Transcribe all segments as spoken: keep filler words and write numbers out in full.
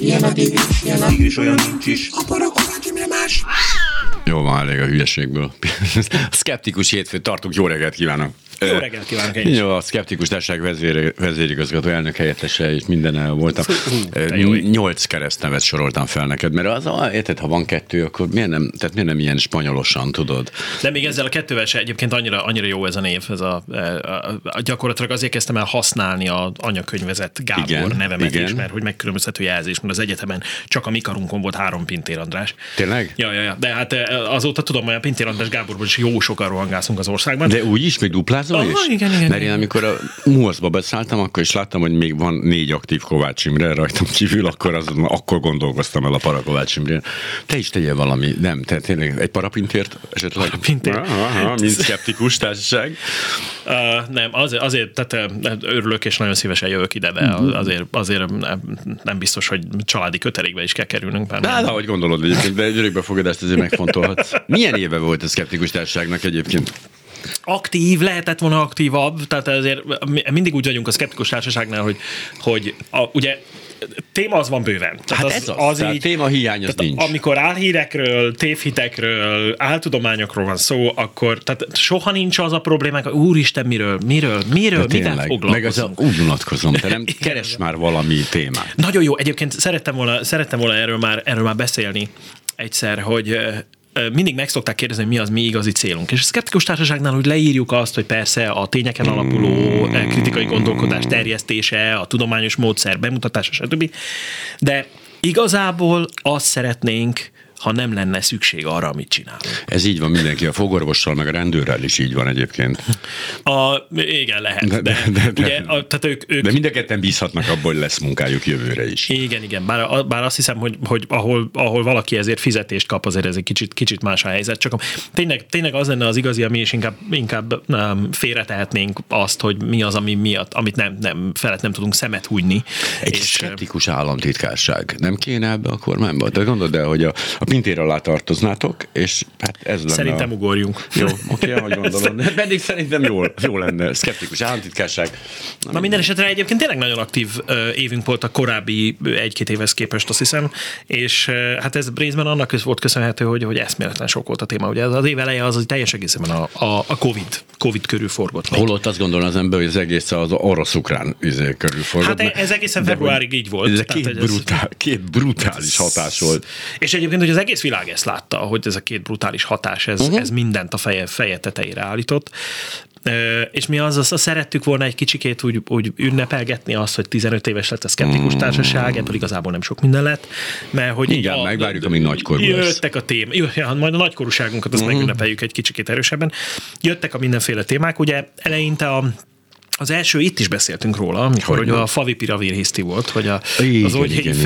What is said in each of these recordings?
ilyen addig is, ilyen addig is, olyan nincs is. A Parakovács Imre más. Jó van, elég a hülyeségből. Szkeptikus hétfőt tartunk, jó reggelt kívánok! Jó reggelt kívánok én is. Jó, a Szkeptikus Társaság vezér, vezérigazgató elnök helyettese, és minden voltam. Nyolc keresztnevet soroltam fel neked, mert az, érted, ha van kettő, akkor miért nem, tehát miért nem ilyen spanyolosan, tudod? De még ezzel a kettővel se egyébként annyira, annyira jó ez a név, ez a, a, a gyakorlatilag azért kezdtem el használni az anyakönyvezett Gábor igen, nevemet igen. is, mert hogy megkülönböztető jelzés, mert az egyetemen csak a mi karunkon volt három Pintér András. Tényleg? Ja, ja, ja. De hát azóta tudom, hogy a Pintér András Gáborból is jó sokan rohangászunk az országban. De úgy is, még duplázol is? Ah, igen, igen, mert én amikor a MUASZ-ba beszálltam, akkor is láttam, hogy még van négy aktív Kovács Imre rajtam kívül, akkor, az, akkor gondolkoztam el a Parakovács Imrén. Te is tegyél valami, nem, te tényleg egy parapintért esetleg? Parapintér. Aha, mint Szkeptikus Társaság. Uh, nem, azért, azért tehát, örülök, és nagyon szívesen jövök ide, de azért, azért nem biztos, hogy családi kötelékbe is kell kerülnünk. De hát, ahogy gondolod egyébként, de egy örökbefogadást azért megfontolhatsz. Milyen éve volt a Szkeptikus Társaságnak egyébként? Aktív, lehetett volna aktívabb, tehát azért mindig úgy vagyunk a Szkeptikus Társaságnál, hogy, hogy a, ugye téma az van bőven. Tehát hát az, ez az, az így, téma hiány az nincs. Amikor álhírekről, tévhitekről, áltudományokról van szó, akkor tehát soha nincs az a problémák, hogy úristen, miről, miről, miről, mivel foglalkozunk. Meg az a, úgy unatkozom, te nem keres már valami témát. Nagyon jó, egyébként szerettem volna, szerettem volna erről, már, erről már beszélni egyszer, hogy mindig meg szokták kérdezni, hogy mi az mi igazi célunk. És a Szkeptikus Társaságnál, hogy leírjuk azt, hogy persze a tényeken alapuló kritikai gondolkodás terjesztése, a tudományos módszer bemutatása, stb. De igazából azt szeretnénk, ha nem lenne szükség arra, amit csinálunk. Ez így van mindenki, a fogorvossal, meg a rendőrrel is így van egyébként. A, igen, lehet. De, de, de, de, ugye, a, tehát ők, ők... de mind a ketten bízhatnak abban, hogy lesz munkájuk jövőre is. Igen, igen. Bár, bár azt hiszem, hogy, hogy ahol, ahol valaki ezért fizetést kap, azért ez egy kicsit, kicsit más a helyzet. Csak tényleg, tényleg az lenne az igazi, ami és inkább, inkább nem, félretehetnénk azt, hogy mi az, ami miatt, amit nem, nem, felett nem tudunk szemet húgyni. Egy és szkeptikus államtitkárság. Nem kéne ebbe a kormányba? De gondold el, hogy a, a Pintér alá tartoznátok, és hát ez lenne. Szerintem a... ugorjunk. Jó, oké, ahogy gondolom. De pedig szerintem jól, jó lenne. Szkeptikus államtitkárság. Na, Na minden esetre egyébként tényleg nagyon aktív évünk volt a korábbi egy-két évhez képest, azt hiszem, és hát ez részben annak volt köszönhető, hogy, hogy eszméletlen sok volt a téma. Ugye az év eleje az, az teljes egészében a, a, a COVID, COVID körül forgott. Holott azt gondolom az ember, hogy az egész az orosz-ukrán körül forgott. Hát ez egészen februárig így volt. Ez két, tehát, brutál, ez, két brutális hatás volt. És egyébként, hogy az egész világ ezt látta, hogy ez a két brutális hatás, ez, uh-huh. ez mindent a feje, feje tetejére állított. És mi az, azt szerettük volna egy kicsikét úgy, úgy ünnepelgetni azt, hogy tizenöt éves lett a Szkeptikus Társaság, ebből igazából nem sok minden lett, mert hogy igen, a, megvárjuk, amíg nagykorú lesz. Jöttek a témák, ja, majd a nagykorúságunkat azt uh-huh. megünnepeljük egy kicsikét erősebben. Jöttek a mindenféle témák, ugye eleinte a Az első, itt is beszéltünk róla, amikor hogy a favipiravir hiszti volt, hogy a, igen, az úgy igen,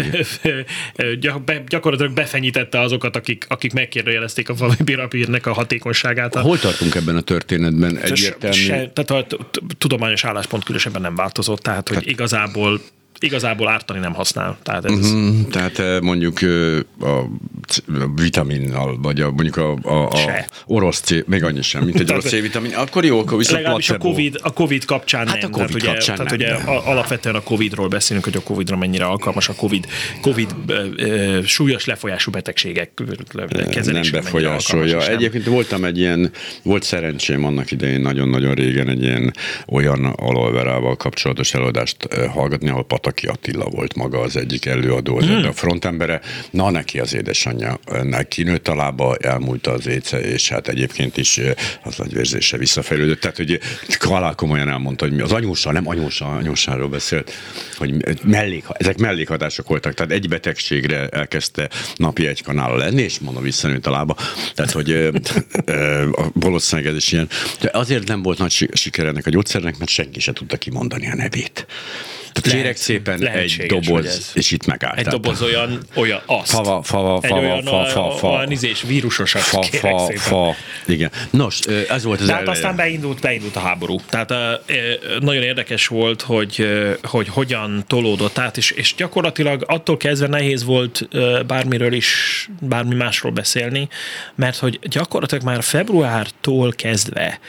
igen. gyakorlatilag befenyítette azokat, akik, akik megkérdőjelezték a favipiravírnek a hatékonyságát. Hol tartunk ebben a történetben? Egyértelmű? Se, tehát a tudományos álláspont különösebben nem változott, tehát hogy tehát, igazából Igazából ártani nem használ. Tehát, ez uh-huh, tehát mondjuk a vitaminnal, vagy a, mondjuk a, a, a orosz C, még annyi sem, mint egy orosz C-vitamin, akkor jó, akkor viszont legalábbis a COVID, a COVID kapcsán hát nem. a COVID tehát kapcsán ugye, nem. Tehát ugye alapvetően a COVIDról beszélünk, hogy a COVIDra mennyire alkalmas a COVID, COVID ö, súlyos lefolyású betegségek kezelésére. Nem befolyásolja. Egyébként voltam egy ilyen, volt szerencsém annak idején nagyon-nagyon régen egy ilyen olyan aloe kapcsolatos előadást hallgatni, ahol Pataki Attila volt maga az egyik előadó, az hmm. a frontembere. Na, neki az édesanyja kinőtt a lába, elmúlt az éce, és hát egyébként is az agyvérzése visszafejlődött. Tehát, hogy halál komolyan elmondta, hogy mi az anyóssal, nem anyóssal, anyóssáról beszélt, hogy mellék, ezek mellékhatások voltak. Tehát egy betegségre elkezdte napi egy kanállal lenni, és mondom, visszanőtt a lába. Tehát, hogy valószínűleg ez is ilyen. De azért nem volt nagy siker ennek a gyógyszernek, mert senki se tudta kimondani a nevét. Tehát kérek szépen egy doboz, és itt megállt. Egy doboz olyan, olyan azt. Fava, fava, fava, egy olyan fa, fa, fa. Olyan izés, vírusosat, fa, kérek fa, szépen. Fa, igen. Nos, ez volt az Tehát eleje. aztán beindult, beindult a háború. Tehát nagyon érdekes volt, hogy, hogy hogyan tolódott át, és, és gyakorlatilag attól kezdve nehéz volt bármiről is, bármi másról beszélni, mert hogy gyakorlatilag már februártól kezdve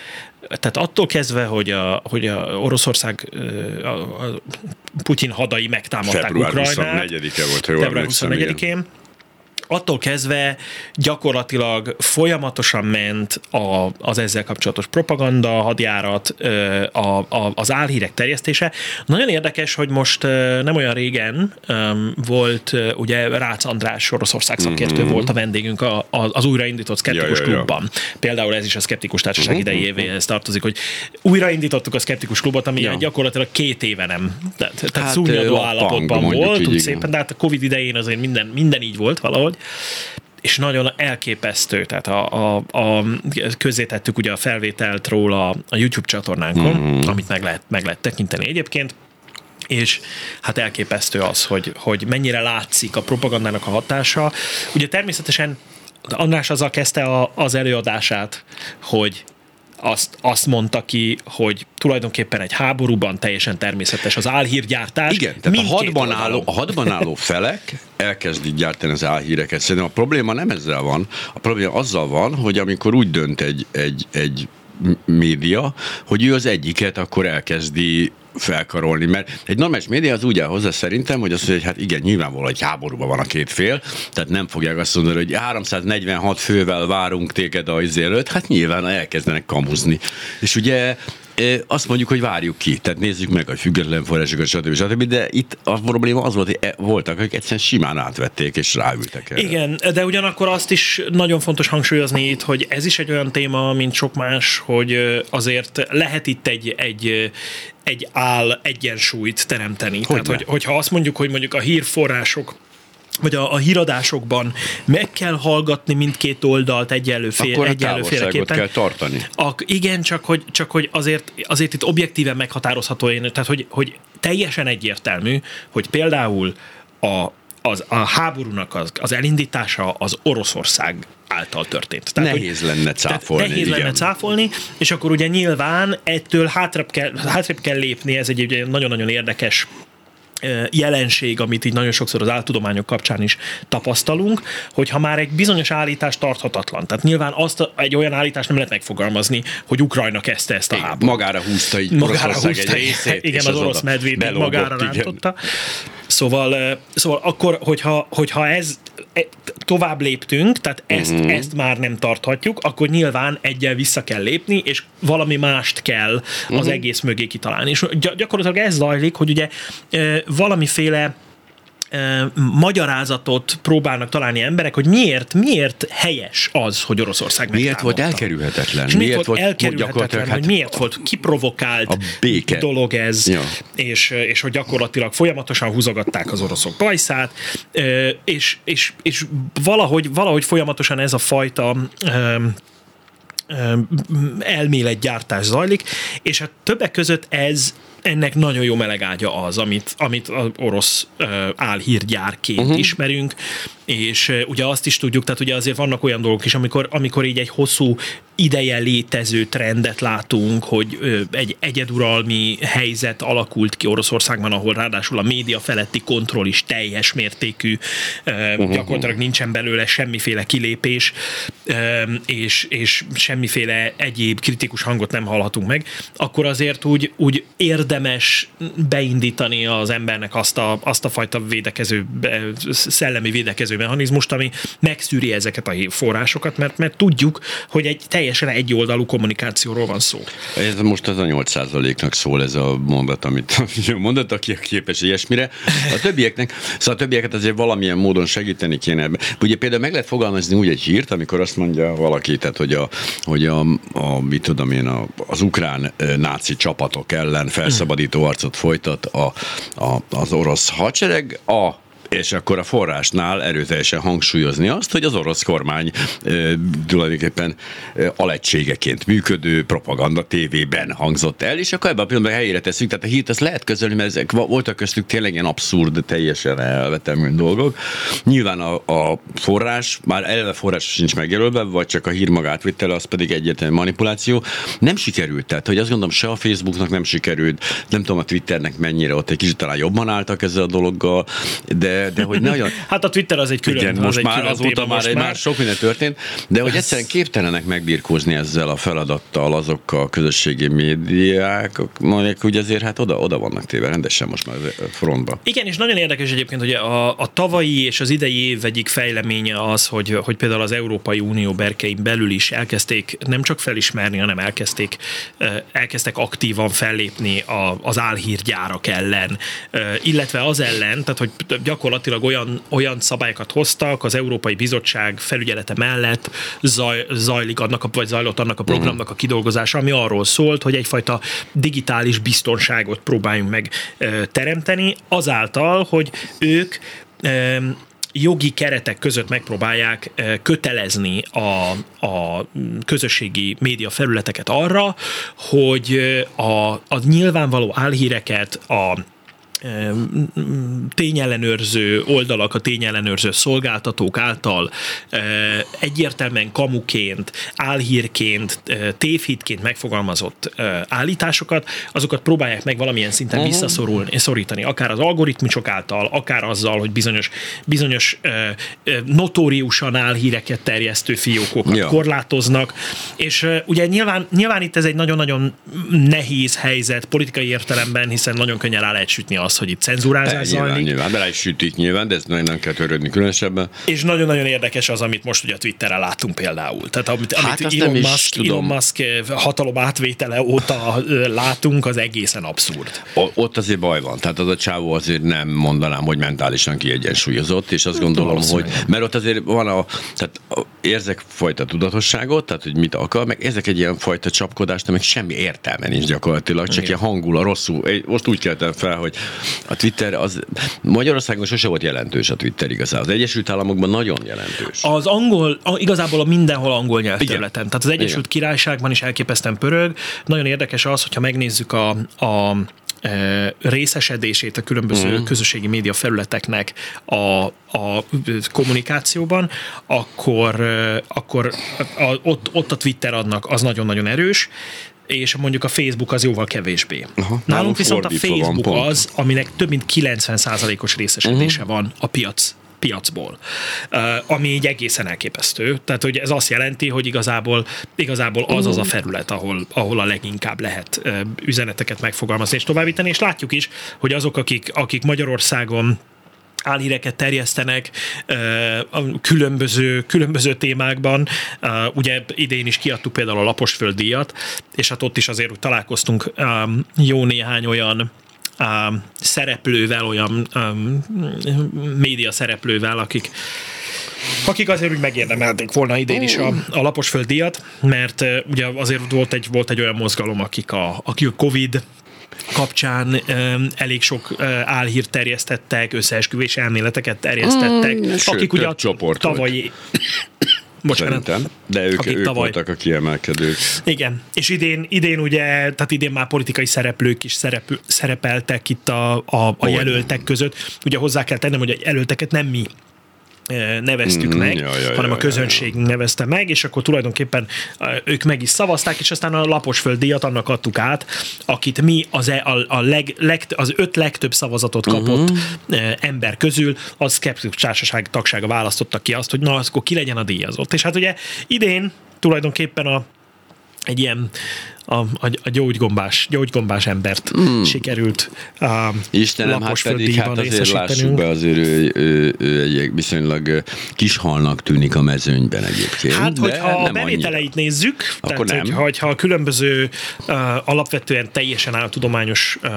tehát attól kezdve, hogy a, hogy a Oroszország, a, a Putyin hadai megtámadták február Ukrajnát. huszonnegyedike volt, ha jól február huszonnegyedikén. Attól kezdve gyakorlatilag folyamatosan ment a, az ezzel kapcsolatos propaganda, hadjárat, a, a, az álhírek terjesztése. Nagyon érdekes, hogy most nem olyan régen volt, ugye Rácz András Oroszország szakértő mm-hmm. volt a vendégünk a, a, az újraindított Szkeptikus ja, ja, ja. klubban. Például ez is a Szkeptikus Társaság uh-huh. idejévéhez tartozik, hogy újraindítottuk a Szkeptikus klubot, ami ja. gyakorlatilag két éve nem. Tehát, tehát hát, szúnyadó állapotban volt, úgy szépen, de hát a Covid idején azért minden, minden így volt valahogy. És nagyon elképesztő, tehát a, a, a közzétettük ugye a felvételt róla a YouTube csatornánkon, mm. amit meg lehet, meg lehet tekinteni egyébként, és hát elképesztő az, hogy, hogy mennyire látszik a propagandának a hatása. Ugye természetesen András azzal kezdte a, az előadását, hogy Azt, azt mondta ki, hogy tulajdonképpen egy háborúban teljesen természetes az álhírgyártás. Igen, tehát a hadban, álló, a hadban álló felek elkezdik gyártani az álhíreket. Szerintem a probléma nem ezzel van. A probléma azzal van, hogy amikor úgy dönt egy, egy, egy média, hogy ő az egyiket akkor elkezdi felkarolni, mert egy normális média az úgy áll hozzá szerintem, hogy azt mondja, hogy hát igen, nyilvánvalóan egy háborúban van a két fél, tehát nem fogják azt mondani, hogy háromszáznegyvenhat fővel várunk téged a izé előtt, hát nyilván elkezdenek kamuzni. És ugye azt mondjuk, hogy várjuk ki, tehát nézzük meg a független forrásokat, stb. stb. De itt a probléma az volt, hogy voltak, akik egyszerűen simán átvették és ráültek erre. Igen, de ugyanakkor azt is nagyon fontos hangsúlyozni itt, hogy ez is egy olyan téma, mint sok más, hogy azért lehet itt egy, egy, egy áll egyensúlyt teremteni. Hogy Tehát, hogy, hogyha azt mondjuk, hogy mondjuk a hírforrások vagy a, a híradásokban meg kell hallgatni mindkét oldalt egyenlő fél, akkor egyenlő féleképpen. kell tartani. A, igen, csak hogy, csak hogy azért, azért itt objektíven meghatározható, tehát hogy, hogy teljesen egyértelmű, hogy például a, az, a háborúnak az, az elindítása az Oroszország által történt. Tehát, nehéz hogy, lenne cáfolni. Nehéz igen. lenne cáfolni, és akkor ugye nyilván ettől hátrébb kell, hátrébb kell lépni, ez egy, egy nagyon-nagyon érdekes jelenség, amit így nagyon sokszor az áltudományok kapcsán is tapasztalunk, hogyha már egy bizonyos állítás tarthatatlan. Tehát nyilván azt egy olyan állítást nem lehet megfogalmazni, hogy Ukrajna kezdte ezt a háborút. Magára húzta így magára húzta egy részét, igen, az orosz medvét magára rántotta. Szóval, szóval akkor, hogyha, hogyha ez tovább léptünk, tehát ezt, uh-huh. ezt már nem tarthatjuk, akkor nyilván egyel vissza kell lépni, és valami mást kell az uh-huh. egész mögé kitalálni. És gyakorlatilag ez zajlik, hogy ugye valamiféle magyarázatot próbálnak találni emberek, hogy miért, miért helyes az, hogy Oroszország megtámadta. Miért volt elkerülhetetlen? És miért, miért volt elkerülhetetlen, hát hogy miért volt kiprovokált dolog ez, ja. és, és hogy gyakorlatilag folyamatosan húzogatták az oroszok bajszát, és, és, és valahogy, valahogy folyamatosan ez a fajta elméletgyártás zajlik, és hát többek között ez ennek nagyon jó melegágya az, amit, amit az orosz uh, álhírgyárként uh-huh. ismerünk, és uh, ugye azt is tudjuk, tehát ugye azért vannak olyan dolgok is, amikor, amikor így egy hosszú ideje létező trendet látunk, hogy uh, egy egyeduralmi helyzet alakult ki Oroszországban, ahol ráadásul a média feletti kontroll is teljes mértékű, uh, uh-huh. gyakorlatilag nincsen belőle semmiféle kilépés, uh, és, és semmiféle egyéb kritikus hangot nem hallhatunk meg, akkor azért úgy, úgy érdemes beindítani az embernek azt a, azt a fajta védekező, szellemi védekező mechanizmust, ami megszűri ezeket a forrásokat, mert, mert tudjuk, hogy egy teljesen egyoldalú kommunikációról van szó. Ez most az a nyolc százaléknak szól ez a mondat, amit mondott, aki képes ilyesmire. A többieknek, szóval a többieket azért valamilyen módon segíteni kéne ebben. Ugye például meg lehet fogalmazni úgy egy hírt, amikor azt mondja valaki, tehát hogy a, hogy a, a mit tudom én, a, az ukrán náci csapatok ellen felszabadító harcot folytat a, a, az orosz hadsereg, a és akkor a forrásnál erőteljesen hangsúlyozni azt, hogy az orosz kormány e, tulajdonképpen e, alegységeként működő propaganda tévében hangzott el, és akkor ebben a pillanatban helyére teszünk, tehát a hírt azt lehet közölni, mert ezek voltak köztük tényleg ilyen abszurd, teljesen elvetemű dolgok. Nyilván a, a forrás, már eleve forrás sincs megjelölve, vagy csak a hír magátvittele, az pedig egyetlen manipuláció. Nem sikerült, tehát hogy azt gondolom, se a Facebooknak nem sikerült, nem tudom a Twitternek mennyire, ott egy kicsit talán jobban álltak ezzel a dologgal, de de, de hogy nagyon... Hát a Twitter az egy külön, igen, az most egy már külön azóta téma, már, most egy, már. már sok minden történt, de hogy egyszerűen képtelenek megbirkózni ezzel a feladattal azokkal a közösségi médiák, mondják, hogy azért hát oda, oda vannak téve rendesen most már frontba. Igen, és nagyon érdekes egyébként, hogy a, a tavalyi és az idei év egyik fejleménye az, hogy, hogy például az Európai Unió berkein belül is elkezdték nem csak felismerni, hanem elkezdték, elkezdtek aktívan fellépni a, az álhírgyárak ellen, illetve az ellen, tehát hogy gyakorlatilag olyan, olyan szabályokat hoztak az Európai Bizottság felügyelete mellett zaj, zajlik annak a, vagy zajlott annak a programnak a kidolgozása, ami arról szólt, hogy egyfajta digitális biztonságot próbáljunk meg teremteni, azáltal, hogy ők jogi keretek között megpróbálják kötelezni a, a közösségi média felületeket arra, hogy a, a nyilvánvaló álhíreket, a tényellenőrző oldalak, a tényellenőrző szolgáltatók által egyértelműen kamuként, álhírként, tévhitként megfogalmazott állításokat, azokat próbálják meg valamilyen szinten uh-huh. visszaszorítani, akár az algoritmusok által, akár azzal, hogy bizonyos, bizonyos notóriusan álhíreket terjesztő fiókokat ja. korlátoznak, és ugye nyilván, nyilván itt ez egy nagyon-nagyon nehéz helyzet politikai értelemben, hiszen nagyon könnyen rá lehet sütni azt, hogy itt cenzúrázás zajlik. Nyilván, nyilván, bele is sütik nyilván, de ez nagyon kell törődni különösebben. És nagyon-nagyon érdekes az, amit most ugye a Twitterrel látunk például. Tehát amit, hát amit Elon Musk, Elon Musk hatalom átvétele óta látunk, az egészen abszurd. O- ott azért baj van. Tehát az a csávó azért nem mondanám, hogy mentálisan kiegyensúlyozott, és azt gondolom, hát, hogy mert ott azért van a, tehát érzek fajta tudatosságot, tehát hogy mit akar, meg érzek egy ilyen fajta csapkodást, amely semmi értelme nincs gyakorlatilag, csak ilyen hangul a rosszul. Most úgy keltem fel, hogy a Twitter, az Magyarországon sose volt jelentős a Twitter igazán. Az Egyesült Államokban nagyon jelentős. Az angol, igazából a mindenhol angol nyelvterületen. Tehát az Egyesült Igen. Királyságban is elképesztően pörög. Nagyon érdekes az, hogyha megnézzük a, a részesedését a különböző uh-huh. közösségi média felületeknek a, a kommunikációban, akkor, akkor a, ott, ott a Twitter adnak, az nagyon-nagyon erős, és mondjuk a Facebook az jóval kevésbé. Aha, nálunk viszont a Facebook van, az, aminek több mint kilencven százalékos részesedése uh-huh. van a piac piacból, ami így egészen elképesztő. Tehát, hogy ez azt jelenti, hogy igazából, igazából az az a felület, ahol, ahol a leginkább lehet üzeneteket megfogalmazni és továbbítani, és látjuk is, hogy azok, akik, akik Magyarországon álhíreket terjesztenek különböző, különböző témákban. Ugye idén is kiadtuk például a Laposföld díjat, és hát ott is azért úgy találkoztunk jó néhány olyan Um, szereplővel, olyan um, média szereplővel, akik, akik azért úgy megérdemelték volna idén is a, a Laposföld díjat, mert uh, ugye azért volt egy, volt egy olyan mozgalom, akik a, akik a Covid kapcsán um, elég sok uh, álhírt terjesztettek, összeesküvés elméleteket terjesztettek, mm, akik ugye a tavalyi... Bocsánat. Szerintem, de ők, ők tavaly... voltak a kiemelkedők. Igen, és idén, idén ugye, tehát idén már politikai szereplők is szerep, szerepeltek itt a, a, a jelöltek között. Ugye hozzá kell tennem, hogy a jelölteket nem mi neveztük mm, meg, ja, ja, hanem ja, a közönség ja, ja. nevezte meg, és akkor tulajdonképpen ők meg is szavazták, és aztán a Laposföld díjat annak adtuk át, akit mi az, a, a leg, leg, az öt legtöbb szavazatot kapott uh-huh. ember közül, az Szkeptikus Társaság tagsága választotta ki azt, hogy na, akkor ki legyen a díjazott. És hát ugye idén tulajdonképpen a egy ilyen a, a, a gyógygombás, gyógygombás embert mm. sikerült a Istenem, hát pedig hát azért lássuk be, azért ő, ő, ő egy viszonylag kis halnak tűnik a mezőnyben egyébként. Hát, hogyha a bevételeit annyira. nézzük, akkor tehát, nem. Hogy, ha a különböző uh, alapvetően teljesen áltudományos uh,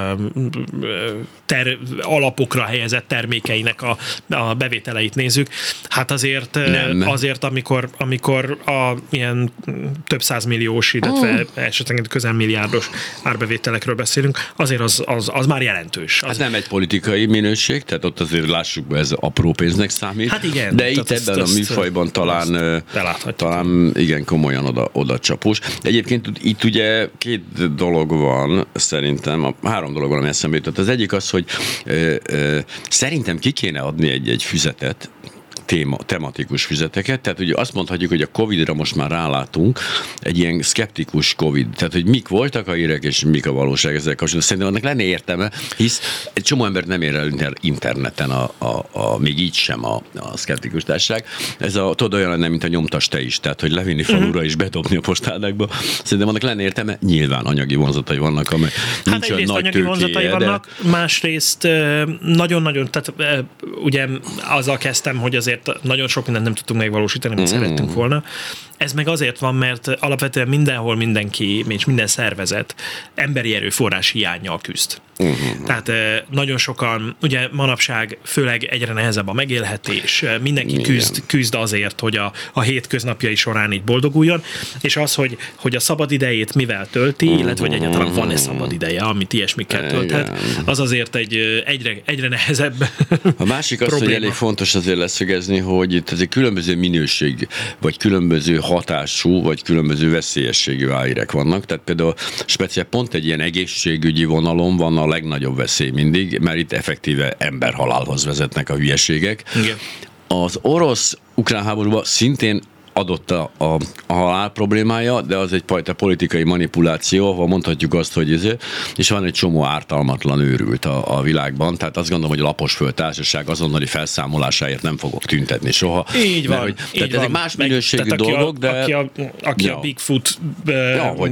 ter, alapokra helyezett termékeinek a, a bevételeit nézzük, hát azért, nem. azért amikor, amikor a ilyen több százmilliós, illetve mm. esetleg közel milliárdos árbevételekről beszélünk, azért az, az, az már jelentős. Az... Ez nem egy politikai minőség, tehát ott azért lássuk be, ez apró pénznek számít. Hát igen. De itt ebben azt, a műfajban talán, talán igen komolyan oda, oda csapós. Egyébként itt ugye két dolog van, szerintem, a három dolog van, ami eszembe jutott. Az egyik az, hogy ö, ö, szerintem ki kéne adni egy-egy füzetet, téma, tematikus füzeteket, tehát ugye azt mondhatjuk, hogy a Covidra most már rálátunk egy ilyen szkeptikus Covid, tehát hogy mik voltak a hírek és mik a valóság ezzel kapcsolatban. Szerintem annak lenne értelme, hisz egy csomó ember nem ér el interneten, a, a, a, még így sem a, a szkeptikus társaság. Ez a, tudod, olyan lenne, mint a nyomtas te is, tehát hogy levinni falura és bedobni a postádákba. Szerintem annak lenne értelme, nyilván anyagi vonzatai vannak, amely hát nincs olyan nagy anyagi vonzatai tőkéje, vannak, de... másrészt nagyon-nagyon, tehát ugye azzal kezdtem, hogy azért nagyon sok mindent nem tudtunk megvalósítani, amit mm. szerettünk volna. Ez meg azért van, mert alapvetően mindenhol mindenki, és minden szervezet emberi erőforrás hiánnyal küzd. Uh-huh. Tehát nagyon sokan, ugye manapság főleg egyre nehezebb a megélhetés, mindenki küzd, küzd azért, hogy a, a hétköznapjai során így boldoguljon, és az, hogy, hogy a szabad idejét mivel tölti, uh-huh. illetve hogy egyáltalán van-e szabad ideje, amit ilyesmikkel tölthet, az azért egy egyre, egyre nehezebb A másik az, hogy elég fontos azért leszögezni, hogy itt egy különböző minőség, vagy különböző hatású, vagy különböző veszélyességű álhírek vannak, tehát például speciál pont egy ilyen egészségügyi vonalon van a legnagyobb veszély mindig, mert itt effektíve emberhalálhoz vezetnek a hülyeségek. Igen. Az orosz-ukrán háborúban szintén adott a, a, a halál problémája, de az egyfajta politikai manipuláció, ahol mondhatjuk azt, hogy ez, és van egy csomó ártalmatlan őrült a, a világban, tehát azt gondolom, hogy a Laposföld Társaság azonnali felszámolásáért nem fogok tüntetni soha. Így van. Mert, hogy, így tehát van. ezek más Meg, minőségű dolgok, a, de... Aki a, aki ja. a Bigfoot ja, hogy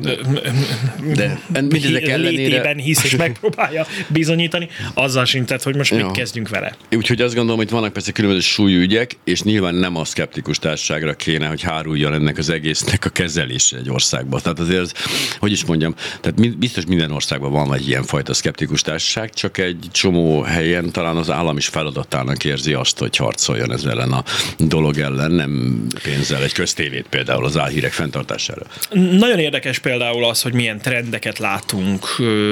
de létében hisz és megpróbálja bizonyítani, azzal sintet, hogy most ja. mit kezdjünk vele. Úgyhogy azt gondolom, hogy vannak persze különböző súlyú ügyek, és nyilván nem a szkeptikus társaságra kéne, hogy háruljon ennek az egésznek a kezelése egy országban. Tehát azért, az, hogy is mondjam, tehát biztos minden országban van egy ilyen fajta szkeptikus társaság, csak egy csomó helyen talán az állam is feladatának érzi azt, hogy harcoljon ez ellen a dolog ellen, nem pénzzel, egy köztévét például az álhírek fenntartására. Nagyon érdekes például az, hogy milyen trendeket látunk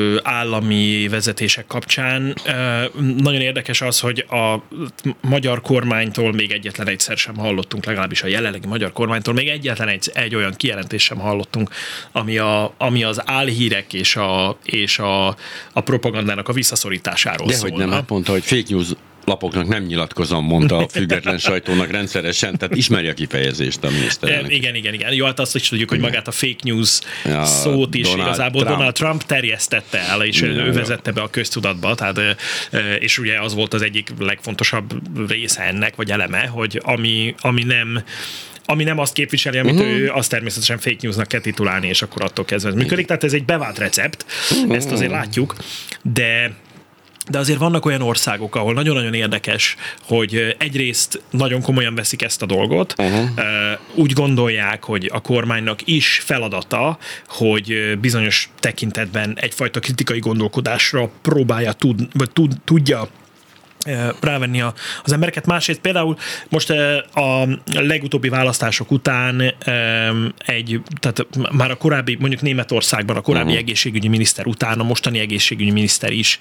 állami vezetések kapcsán. Nagyon érdekes az, hogy a magyar kormánytól még egyetlen egyszer sem hallottunk, legalábbis a jelenlegi magyar kormánytól még egyetlen egy, egy olyan kijelentés sem hallottunk, ami, a, ami az álhírek és a, és a, a propagandának a visszaszorításáról De szólna. hogy nem, hát mondta, hogy fake news lapoknak nem nyilatkozom, mondta a független sajtónak rendszeresen, tehát ismeri a kifejezést a miniszterelnök. Igen, igen, igen. Jó, hát azt is tudjuk, hogy magát a fake news ja, szót is Donald igazából Trump. Donald Trump terjesztette el, és ja, ő vezette be a köztudatba, tehát, és ugye az volt az egyik legfontosabb része ennek, vagy eleme, hogy ami, ami nem ami nem azt képviseli, amit uh-huh. ő, azt természetesen fake newsnak kell titulálni, és akkor attól kezdve működik. Tehát ez egy bevált recept, uh-huh. ezt azért látjuk, de De azért vannak olyan országok, ahol nagyon-nagyon érdekes, hogy egyrészt nagyon komolyan veszik ezt a dolgot, uh-huh. úgy gondolják, hogy a kormánynak is feladata, hogy bizonyos tekintetben egyfajta kritikai gondolkodásra próbálja tud, vagy tud, tudja rávenni a, az embereket. Másrészt például most a legutóbbi választások után egy, tehát már a korábbi, mondjuk Németországban a korábbi uh-huh. egészségügyi miniszter után a mostani egészségügyi miniszter is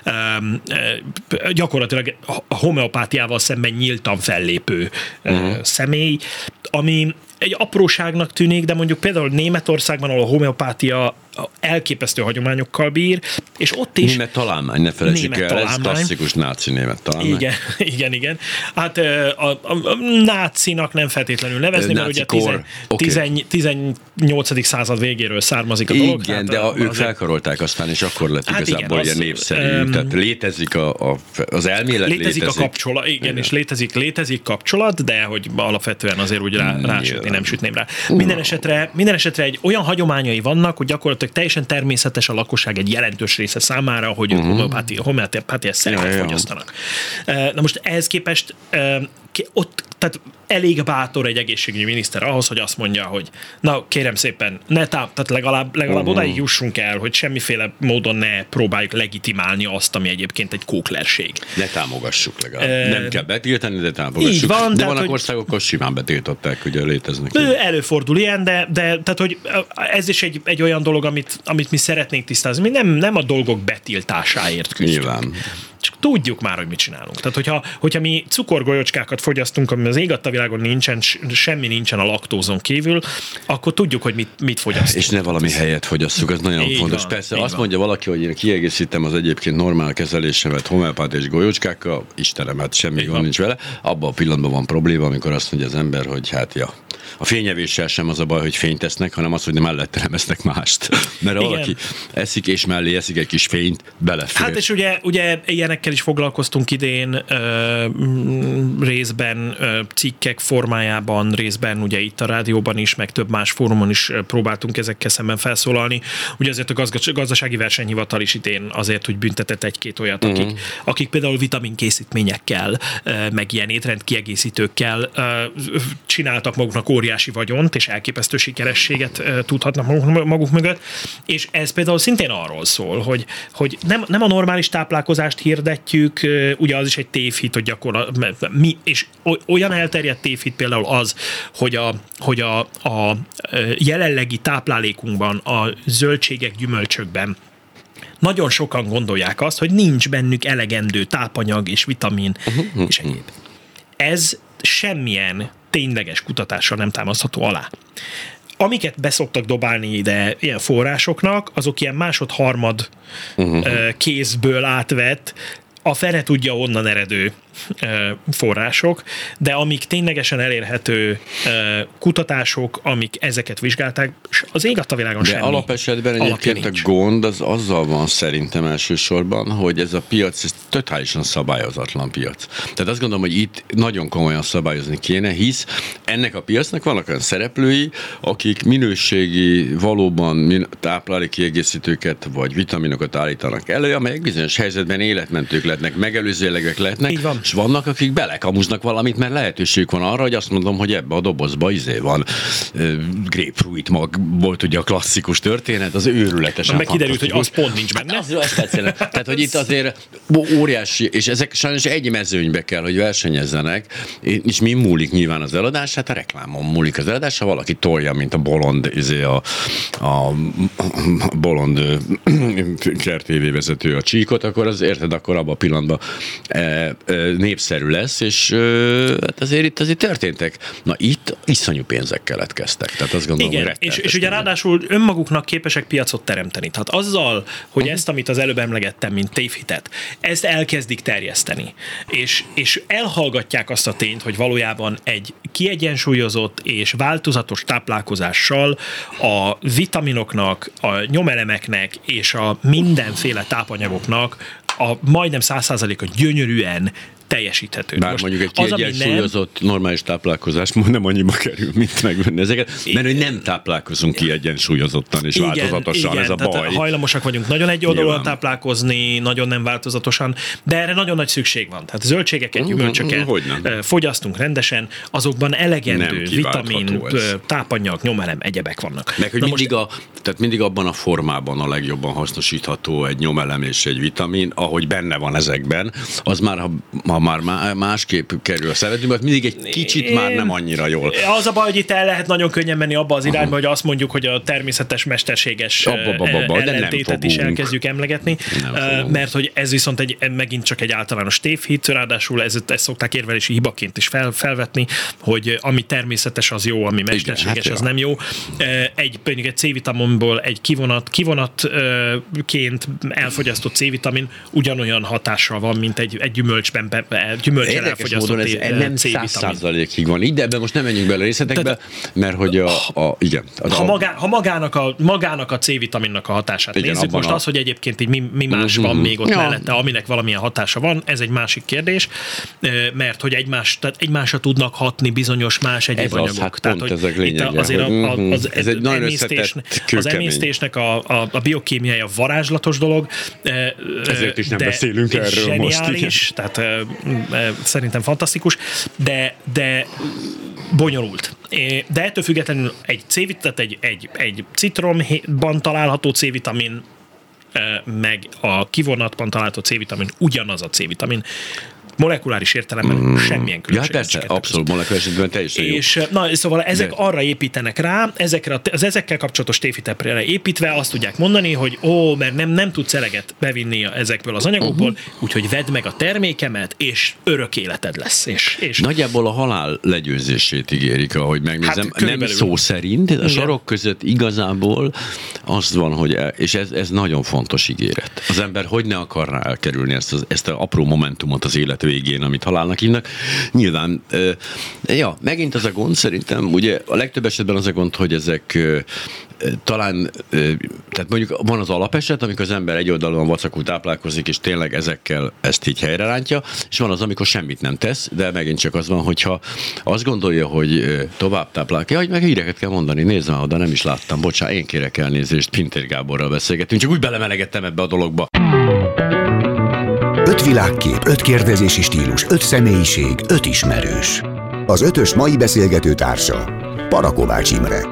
gyakorlatilag a homeopátiával szemben nyíltan fellépő uh-huh. személy, ami egy apróságnak tűnik, de mondjuk például Németországban, ahol a homeopátia elképesztő hagyományokkal bír, és ott is... Német találmány, ne felejtsük el, ez klasszikus náci német találmány. Igen, igen, igen. Hát a, a, a nácinak nem feltétlenül nevezni, mert ugye tizen, okay. tizen, tizennyolcadik század végéről származik a dolog. Igen, hát de a, a, ők az felkarolták aztán, és akkor lett hát igazából igen, ilyen népszerű. Um, Tehát létezik a, a, az elmélet, létezik. Létezik a kapcsolat, igen, igen, és létezik, létezik kapcsolat, de hogy alapvetően azért úgy rá, rásütni, nem sütném rá. Minden esetre, minden esetre egy olyan hagyományai vannak, hogy gyakorlatilag teljesen természetes a lakosság egy jelentős része számára, hogy uh-huh. homeopátia, homeopátiás szereket ja, fogyasztanak. Ja. Na most ehhez képest ott, tehát elég bátor egy egészségügyi miniszter ahhoz, hogy azt mondja, hogy na kérem szépen, ne tá- tehát legalább, legalább uh-huh. odáig jussunk el, hogy semmiféle módon ne próbáljuk legitimálni azt, ami egyébként egy kóklerség. Ne támogassuk legalább. E... Nem kell betiltani, de támogassuk. Így van, de tehát, vannak hogy... országok, ahol simán betiltották, ugye léteznek. Előfordul ilyen, de, de tehát, hogy ez is egy, egy olyan dolog, amit, amit mi szeretnénk tisztázni. Mi nem, nem a dolgok betiltásáért küzdünk. Nyilván. Csak tudjuk már, hogy mit csinálunk. Tehát, hogyha, hogyha mi cukorgolyocskákat fogyasztunk, ami az ég adta világon nincsen, semmi nincsen a laktózon kívül, akkor tudjuk, hogy mit, mit fogyasztunk. És ne valami helyet fogyasszuk, ez nagyon így fontos. Van, Persze azt van. Mondja valaki, hogy én kiegészítem az egyébként normál kezelésemet homeopátiás golyócskákkal, Istenem, hát semmi gond nincs vele. Abban a pillanatban van probléma, amikor azt mondja az ember, hogy hát ja, a fényevéssel sem az a baj, hogy fényt esznek, hanem az, hogy nem mellette nem esznek mást. Mert igen. Valaki eszik és mellé eszik egy kis fényt, belefér. Hát és ugye, ugye ilyenekkel is foglalkoztunk idén ö, részben ö, cikkek formájában, részben ugye itt a rádióban is, meg több más fórumon is próbáltunk ezekkel szemben felszólalni. Ugye azért a gazdasági versenyhivatal is idén azért, hogy büntetett egy-két olyat, akik, mm. akik például vitaminkészítményekkel, meg ilyen étrendkiegészítőkkel csináltak maguknak óriási vagyont, és elképesztő sikerességet tudhatnak maguk, maguk mögött, és ez például szintén arról szól, hogy, hogy nem, nem a normális táplálkozást hirdetjük, ugye az is egy tévhit, hogy gyakorlatilag mi, és olyan elterjedt tévhit például az, hogy a, hogy a, a jelenlegi táplálékunkban, a zöldségek, gyümölcsökben nagyon sokan gondolják azt, hogy nincs bennük elegendő tápanyag és vitamin uh-huh. és egyéb. Ez semmilyen tényleges kutatással nem támasztható alá. Amiket beszoktak dobálni ide ilyen forrásoknak, azok ilyen másod-harmad uh-huh. kézből átvett, a fene tudja onnan eredő források, de amik ténylegesen elérhető kutatások, amik ezeket vizsgálták, az ég adta világon de semmi. De alapesetben egyébként a gond az azzal van szerintem elsősorban, hogy ez a piac, ez totálisan szabályozatlan piac. Tehát azt gondolom, hogy itt nagyon komolyan szabályozni kéne, hisz ennek a piacnak vannak olyan szereplői, akik minőségi, valóban táplálékkiegészítőket vagy vitaminokat állítanak elő, amelyek bizonyos helyzetben életmentők lehetnek, megelőzőlegek lehetnek, és vannak, akik belekamuznak valamit, mert lehetőség van arra, hogy azt mondom, hogy ebbe a dobozba izé van uh, grapefruit mag, volt ugye a klasszikus történet, az őrületesen meg kiderült, hogy az pont nincs benne. Az, az tetszene. Tehát, hogy itt azért óriási, és ezek sajnos egy mezőnybe kell, hogy versenyezzenek, és mi múlik nyilván az eladás? Hát a reklámon múlik az eladás, ha valaki tolja, mint a bolond, izé a, a, a bolond kertévévezető a csíkot, akkor az érted, akkor abban a pillanatban e, e, népszerű lesz, és hát azért itt azért történtek. Na itt iszonyú pénzek keletkeztek. Tehát azt gondolom, igen, hogy és, és ugye ráadásul önmaguknak képesek piacot teremteni. Tehát azzal, hogy uh-huh. ezt, amit az előbb emlegettem, mint tévhitet, ezt elkezdik terjeszteni. És, és elhallgatják azt a tényt, hogy valójában egy kiegyensúlyozott és változatos táplálkozással a vitaminoknak, a nyomelemeknek és a mindenféle tápanyagoknak a majdnem száz százaléka gyönyörűen teljesíthető. Bár most mondjuk egy kiegyensúlyozott nem... normális táplálkozás nem annyiba kerül, mint megvenni ezeket, mert hogy nem táplálkozunk kiegyensúlyozottan és igen, változatosan, igen, ez a baj. Hajlamosak vagyunk nagyon egy oldalon táplálkozni, nagyon nem változatosan, de erre nagyon nagy szükség van. Tehát zöldségeket, gyümölcsöket fogyasztunk rendesen, azokban elegendő vitamin, tápanyag, nyomelem, egyebek vannak. Meg, hogy mindig, most... a, tehát mindig abban a formában a legjobban hasznosítható egy nyomelem és egy vitamin, ahogy benne van ezekben, az már, ha ha már másképp kerül a szeretőbe, mindig egy kicsit én... már nem annyira jól. Az a baj, hogy itt el lehet nagyon könnyen menni abba az irányba, hogy azt mondjuk, hogy a természetes, mesterséges ellentétet is elkezdjük emlegetni, mert hogy ez viszont egy, megint csak egy általános tévhit, ráadásul ezt, ezt szokták érvelési hibaként is fel, felvetni, hogy ami természetes, az jó, ami mesterséges, igen, hát az ja. nem jó. Egy, például egy C-vitaminból egy kivonat, kivonatként elfogyasztott C-vitamin ugyanolyan hatással van, mint egy, egy gyümölcsben gyümölcsel elfogyasztott ez nem száz százalékig van így, de ebben most nem menjünk bele részletekbe, tehát, mert hogy a, a igen. A, ha, magá, ha magának, a, magának a C-vitaminnak a hatását igen, nézzük, most a... az, hogy egyébként így mi, mi más mm-hmm. van még ott ja. mellette, aminek valamilyen hatása van, ez egy másik kérdés, mert hogy egymás, tehát egymásra tudnak hatni bizonyos más egyéb ez anyagok. Az, hát tehát, hogy ezek lényege, itt azért hogy, a, a, az, ez egy nagyon összetett, az emésztésnek a, a, a biokémiája varázslatos dolog. Ezért is nem beszélünk erről most. Tehát szerintem fantasztikus, de, de bonyolult. De ettől függetlenül egy C-vitamin, tehát egy, egy, egy citromban található C-vitamin, meg a kivonatban található C-vitamin ugyanaz a C-vitamin. molekuláris értelemben mm. semmilyen különbség. Ja, persze, abszolút molekuláris értelemben teljesen jó. És na, szóval ezek De... arra építenek rá, ezekre az ezekkel kapcsolatos tévhitepre építve azt tudják mondani, hogy ó, mert nem, nem tudsz eleget bevinni ezekből az anyagokból, uh-huh. úgyhogy vedd meg a termékemet, és örök életed lesz. És, és... Nagyjából a halál legyőzését ígérik, ahogy megnézem. Hát, nem szó szerint, a sorok között igazából az van, hogy el, és ez, ez nagyon fontos ígéret. Az ember hogy ne akarná elkerülni ezt az, ezt az apró momentumot az élet végén, amit halálnak hívnak. Nyilván, ja, megint az a gond szerintem, ugye a legtöbb esetben az a gond, hogy ezek talán, tehát mondjuk van az alapeset, amikor az ember egy oldalon vacakul táplálkozik, és tényleg ezekkel ezt így helyre rántja, és van az, amikor semmit nem tesz, de megint csak az van, hogyha azt gondolja, hogy tovább táplálkozik, hogy meg híreket kell mondani, nézd már oda, nem is láttam, bocsánat, én kérek elnézést, Pintér Gáborral beszélgetünk, csak úgy belemelegettem ebbe a dologba. Öt világkép, öt kérdezési stílus, öt személyiség, öt ismerős. Az ötös mai beszélgető társa Parakovács Imre.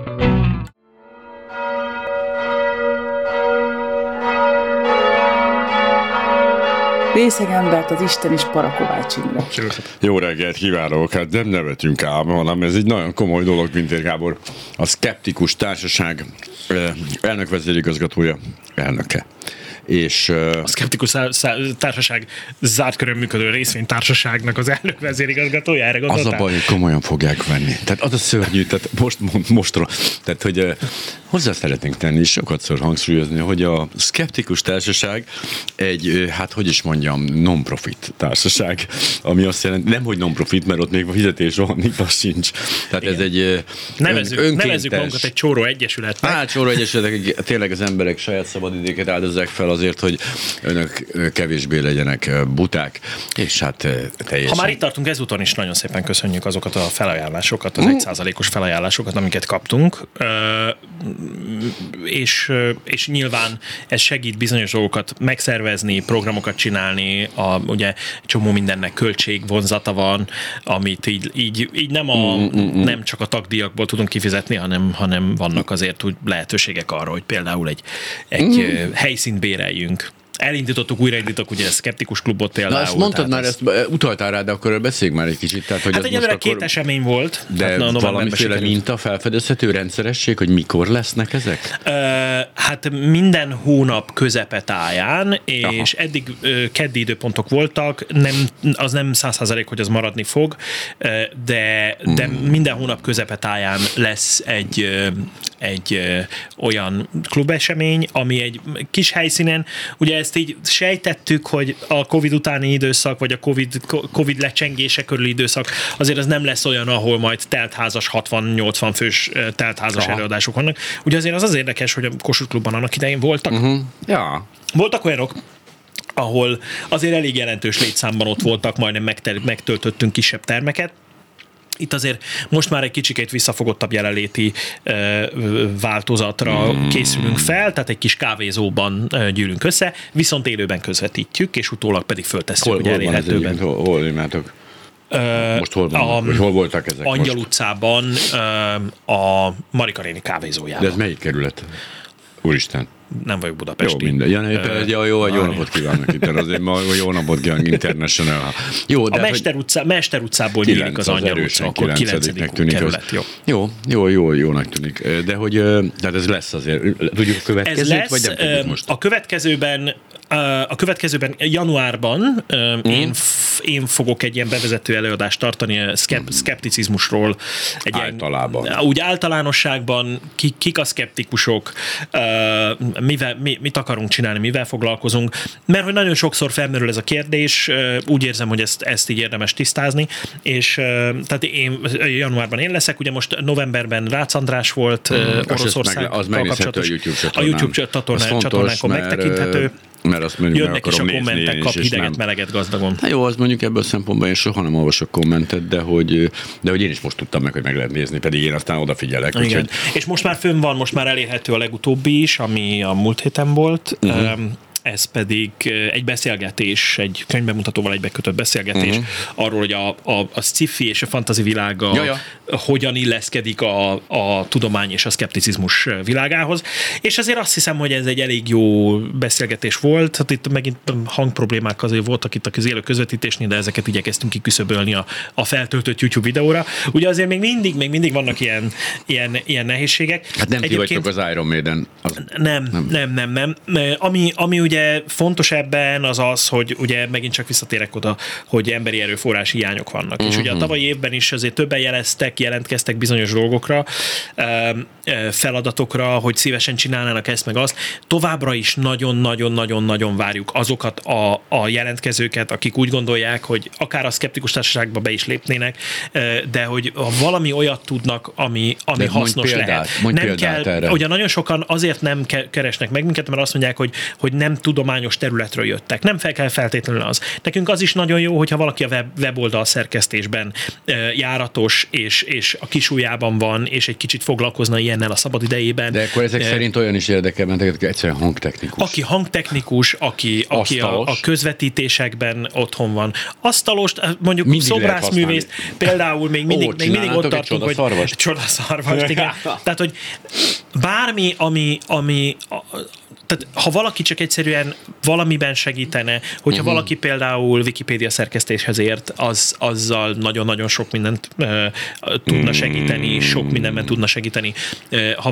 Részeg embert az Isten is Parakovács Imre. Jó reggelt kívánok, hát nem nevetünk ám, hanem ez egy nagyon komoly dolog, Pintér Gábor. A Szkeptikus Társaság elnök vezérigazgatója, elnöke. És, a Szkeptikus Társaság zárt körön működő részvénytársaságnak az elnök vezérigazgatója, erre gondoltál? Az a baj, hogy komolyan fogják venni. Tehát az a szörnyű, tehát most, most tehát hogy uh, hozzá szeretnénk tenni, és sokatszor hangsúlyozni, hogy a Szkeptikus Társaság egy, uh, hát hogy is mondjam, non-profit társaság, ami azt jelenti, nem hogy non-profit, mert ott még a fizetés van, itt az sincs. Tehát igen. Ez egy uh, nevezzük, ön, nevezzük magunkat egy csóró egyesületnek. Hát csóró egyesületek, tényleg az emberek saját szabadidéket áldozzák fel azért, hogy önök kevésbé legyenek buták, és hát teljesen... Ha már itt tartunk, ezúton is nagyon szépen köszönjük azokat a felajánlásokat, az egy százalékos felajánlásokat, amiket kaptunk, és, és nyilván ez segít bizonyos dolgokat megszervezni, programokat csinálni, a, ugye csomó mindennek költségvonzata van, amit így, így, így nem, a, Mm-mm. nem csak a tagdíjakból tudunk kifizetni, hanem, hanem vannak azért úgy lehetőségek arra, hogy például egy, egy mm. helyszínt béreljünk. Elindítottuk, újraindítottuk ugye a Szkeptikus Klubot például. Na, ezt mondtad már, ezt utaltál rá, de akkor beszéljünk már egy kicsit. Tehát, hogy hát egyelőre két akkor... esemény volt. De hát, valamiféle minta, felfedezhető rendszeresség, hogy mikor lesznek ezek? Uh, hát minden hónap közepetáján, és Aha. eddig uh, keddi időpontok voltak, nem, az nem száz százalék, hogy az maradni fog, uh, de, de hmm. minden hónap közepetáján lesz egy, uh, egy uh, olyan klubesemény, ami egy kis helyszínen, ugye ezt így sejtettük, hogy a Covid utáni időszak, vagy a Covid, Covid lecsengése körüli időszak, azért az nem lesz olyan, ahol majd teltházas, hatvan-nyolcvan fős teltházas Aha. előadások vannak. Ugye azért az az érdekes, hogy a Kossuth Klubban annak idején voltak. Uh-huh. Ja. Voltak olyanok, ahol azért elég jelentős létszámban ott voltak, majdnem megtel- megtöltöttünk kisebb termeket. Itt azért most már egy kicsikét visszafogottabb jelenléti ö, változatra mm. készülünk fel, tehát egy kis kávézóban ö, gyűlünk össze, viszont élőben közvetítjük, és utólag pedig föltesszük, hogy elérhetőben. Hol, hol imátok? Most hol vannak, hol voltak ezek Angyal most? utcában ö, a Marika néni kávézójában. De ez melyik kerület? Úristen. Nem vagyok budapesti. Jó, minden. Ja, uh, jó, jó, jó napot kívánok itt. Azért ma jó napot kívánok International. Jó, de a Mester, utcá, Mester utcából nyílik az Angyal utca, akkor kilencedik kerület. Jó. Jó, jó, jó, jónak tűnik. De hogy, tehát ez lesz azért. Tudjuk a következőt, vagy nem tudjuk most? A következőben A következőben januárban mm. én, én fogok egy ilyen bevezető előadást tartani a szkep, szkepticizmusról. Egy általában. Ilyen, úgy általánosságban, kik, kik a szkeptikusok, mivel, mi, mit akarunk csinálni, mivel foglalkozunk, mert hogy nagyon sokszor felmerül ez a kérdés, úgy érzem, hogy ezt, ezt így érdemes tisztázni, és tehát én januárban én leszek, ugye most novemberben Rácz András volt mm. Oroszországgal kapcsolatos. A YouTube csatornán. A YouTube csatornán, csatornánkon megtekinthető. Mert azt mondjuk jönnek is a kommentek, kap hideget, meleget gazdagon. Hát jó, az mondjuk ebből a szempontból én soha nem olvasok kommentet, de hogy, de hogy én is most tudtam meg, hogy meg lehet nézni, pedig én aztán odafigyelek. Igen. Úgyhogy... És most már fönn van, most már elérhető a legutóbbi is, ami a múlt héten volt. Uh-huh. ez pedig egy beszélgetés, egy könyvbemutatóval egybekötött beszélgetés uh-huh. arról, hogy a, a, a sci-fi és a fantasy világa Jaja. hogyan illeszkedik a, a tudomány és a szkepticizmus világához. És azért azt hiszem, hogy ez egy elég jó beszélgetés volt. Hát itt megint hangproblémák azért voltak itt a élő közvetítésnél, de ezeket igyekeztünk kiküszöbölni a, a feltöltött YouTube videóra. Ugye azért még mindig, még mindig vannak ilyen, ilyen, ilyen nehézségek. Hát nem ti vagytok az Iron Maiden. Az... Nem, nem, nem, nem. nem. Ami, ami ugye fontos ebben az az, hogy ugye megint csak visszatérek oda, hogy emberi erőforrás hiányok vannak. Uh-huh. És ugye a tavalyi évben is azért többen jeleztek, jelentkeztek bizonyos dolgokra, feladatokra, hogy szívesen csinálnának ezt meg azt. Továbbra is nagyon-nagyon-nagyon-nagyon várjuk azokat a, a jelentkezőket, akik úgy gondolják, hogy akár a szkeptikus társaságba be is lépnének, de hogy valami olyat tudnak, ami, ami hasznos példát, lehet. Nem kell, erre. Ugye nagyon sokan azért nem keresnek meg minket, mert azt mondják, hogy, hogy nem tudományos területről jöttek. Nem fel kell feltétlenül az. Nekünk az is nagyon jó, hogyha valaki a web, weboldal szerkesztésben járatos, és, és a kisujjában van, és egy kicsit foglalkozna ilyennel a szabad idejében. De akkor ezek e, szerint olyan is érdekel benneteket, hogy egyszerűen hangtechnikus. Aki hangtechnikus, aki, aki a, a közvetítésekben otthon van. Asztalos, mondjuk mindig szobrászművész, például még mindig, Ó, még mindig ott tartunk, hogy csodaszarvast. Csodaszarvast, igen. Tehát, hogy bármi, ami, ami tehát ha valaki csak egyszerűen valamiben segítene, hogyha uh-huh. valaki például Wikipédia szerkesztéshez ért, az, azzal nagyon-nagyon sok mindent uh, tudna segíteni, sok mindenben tudna segíteni. Uh, ha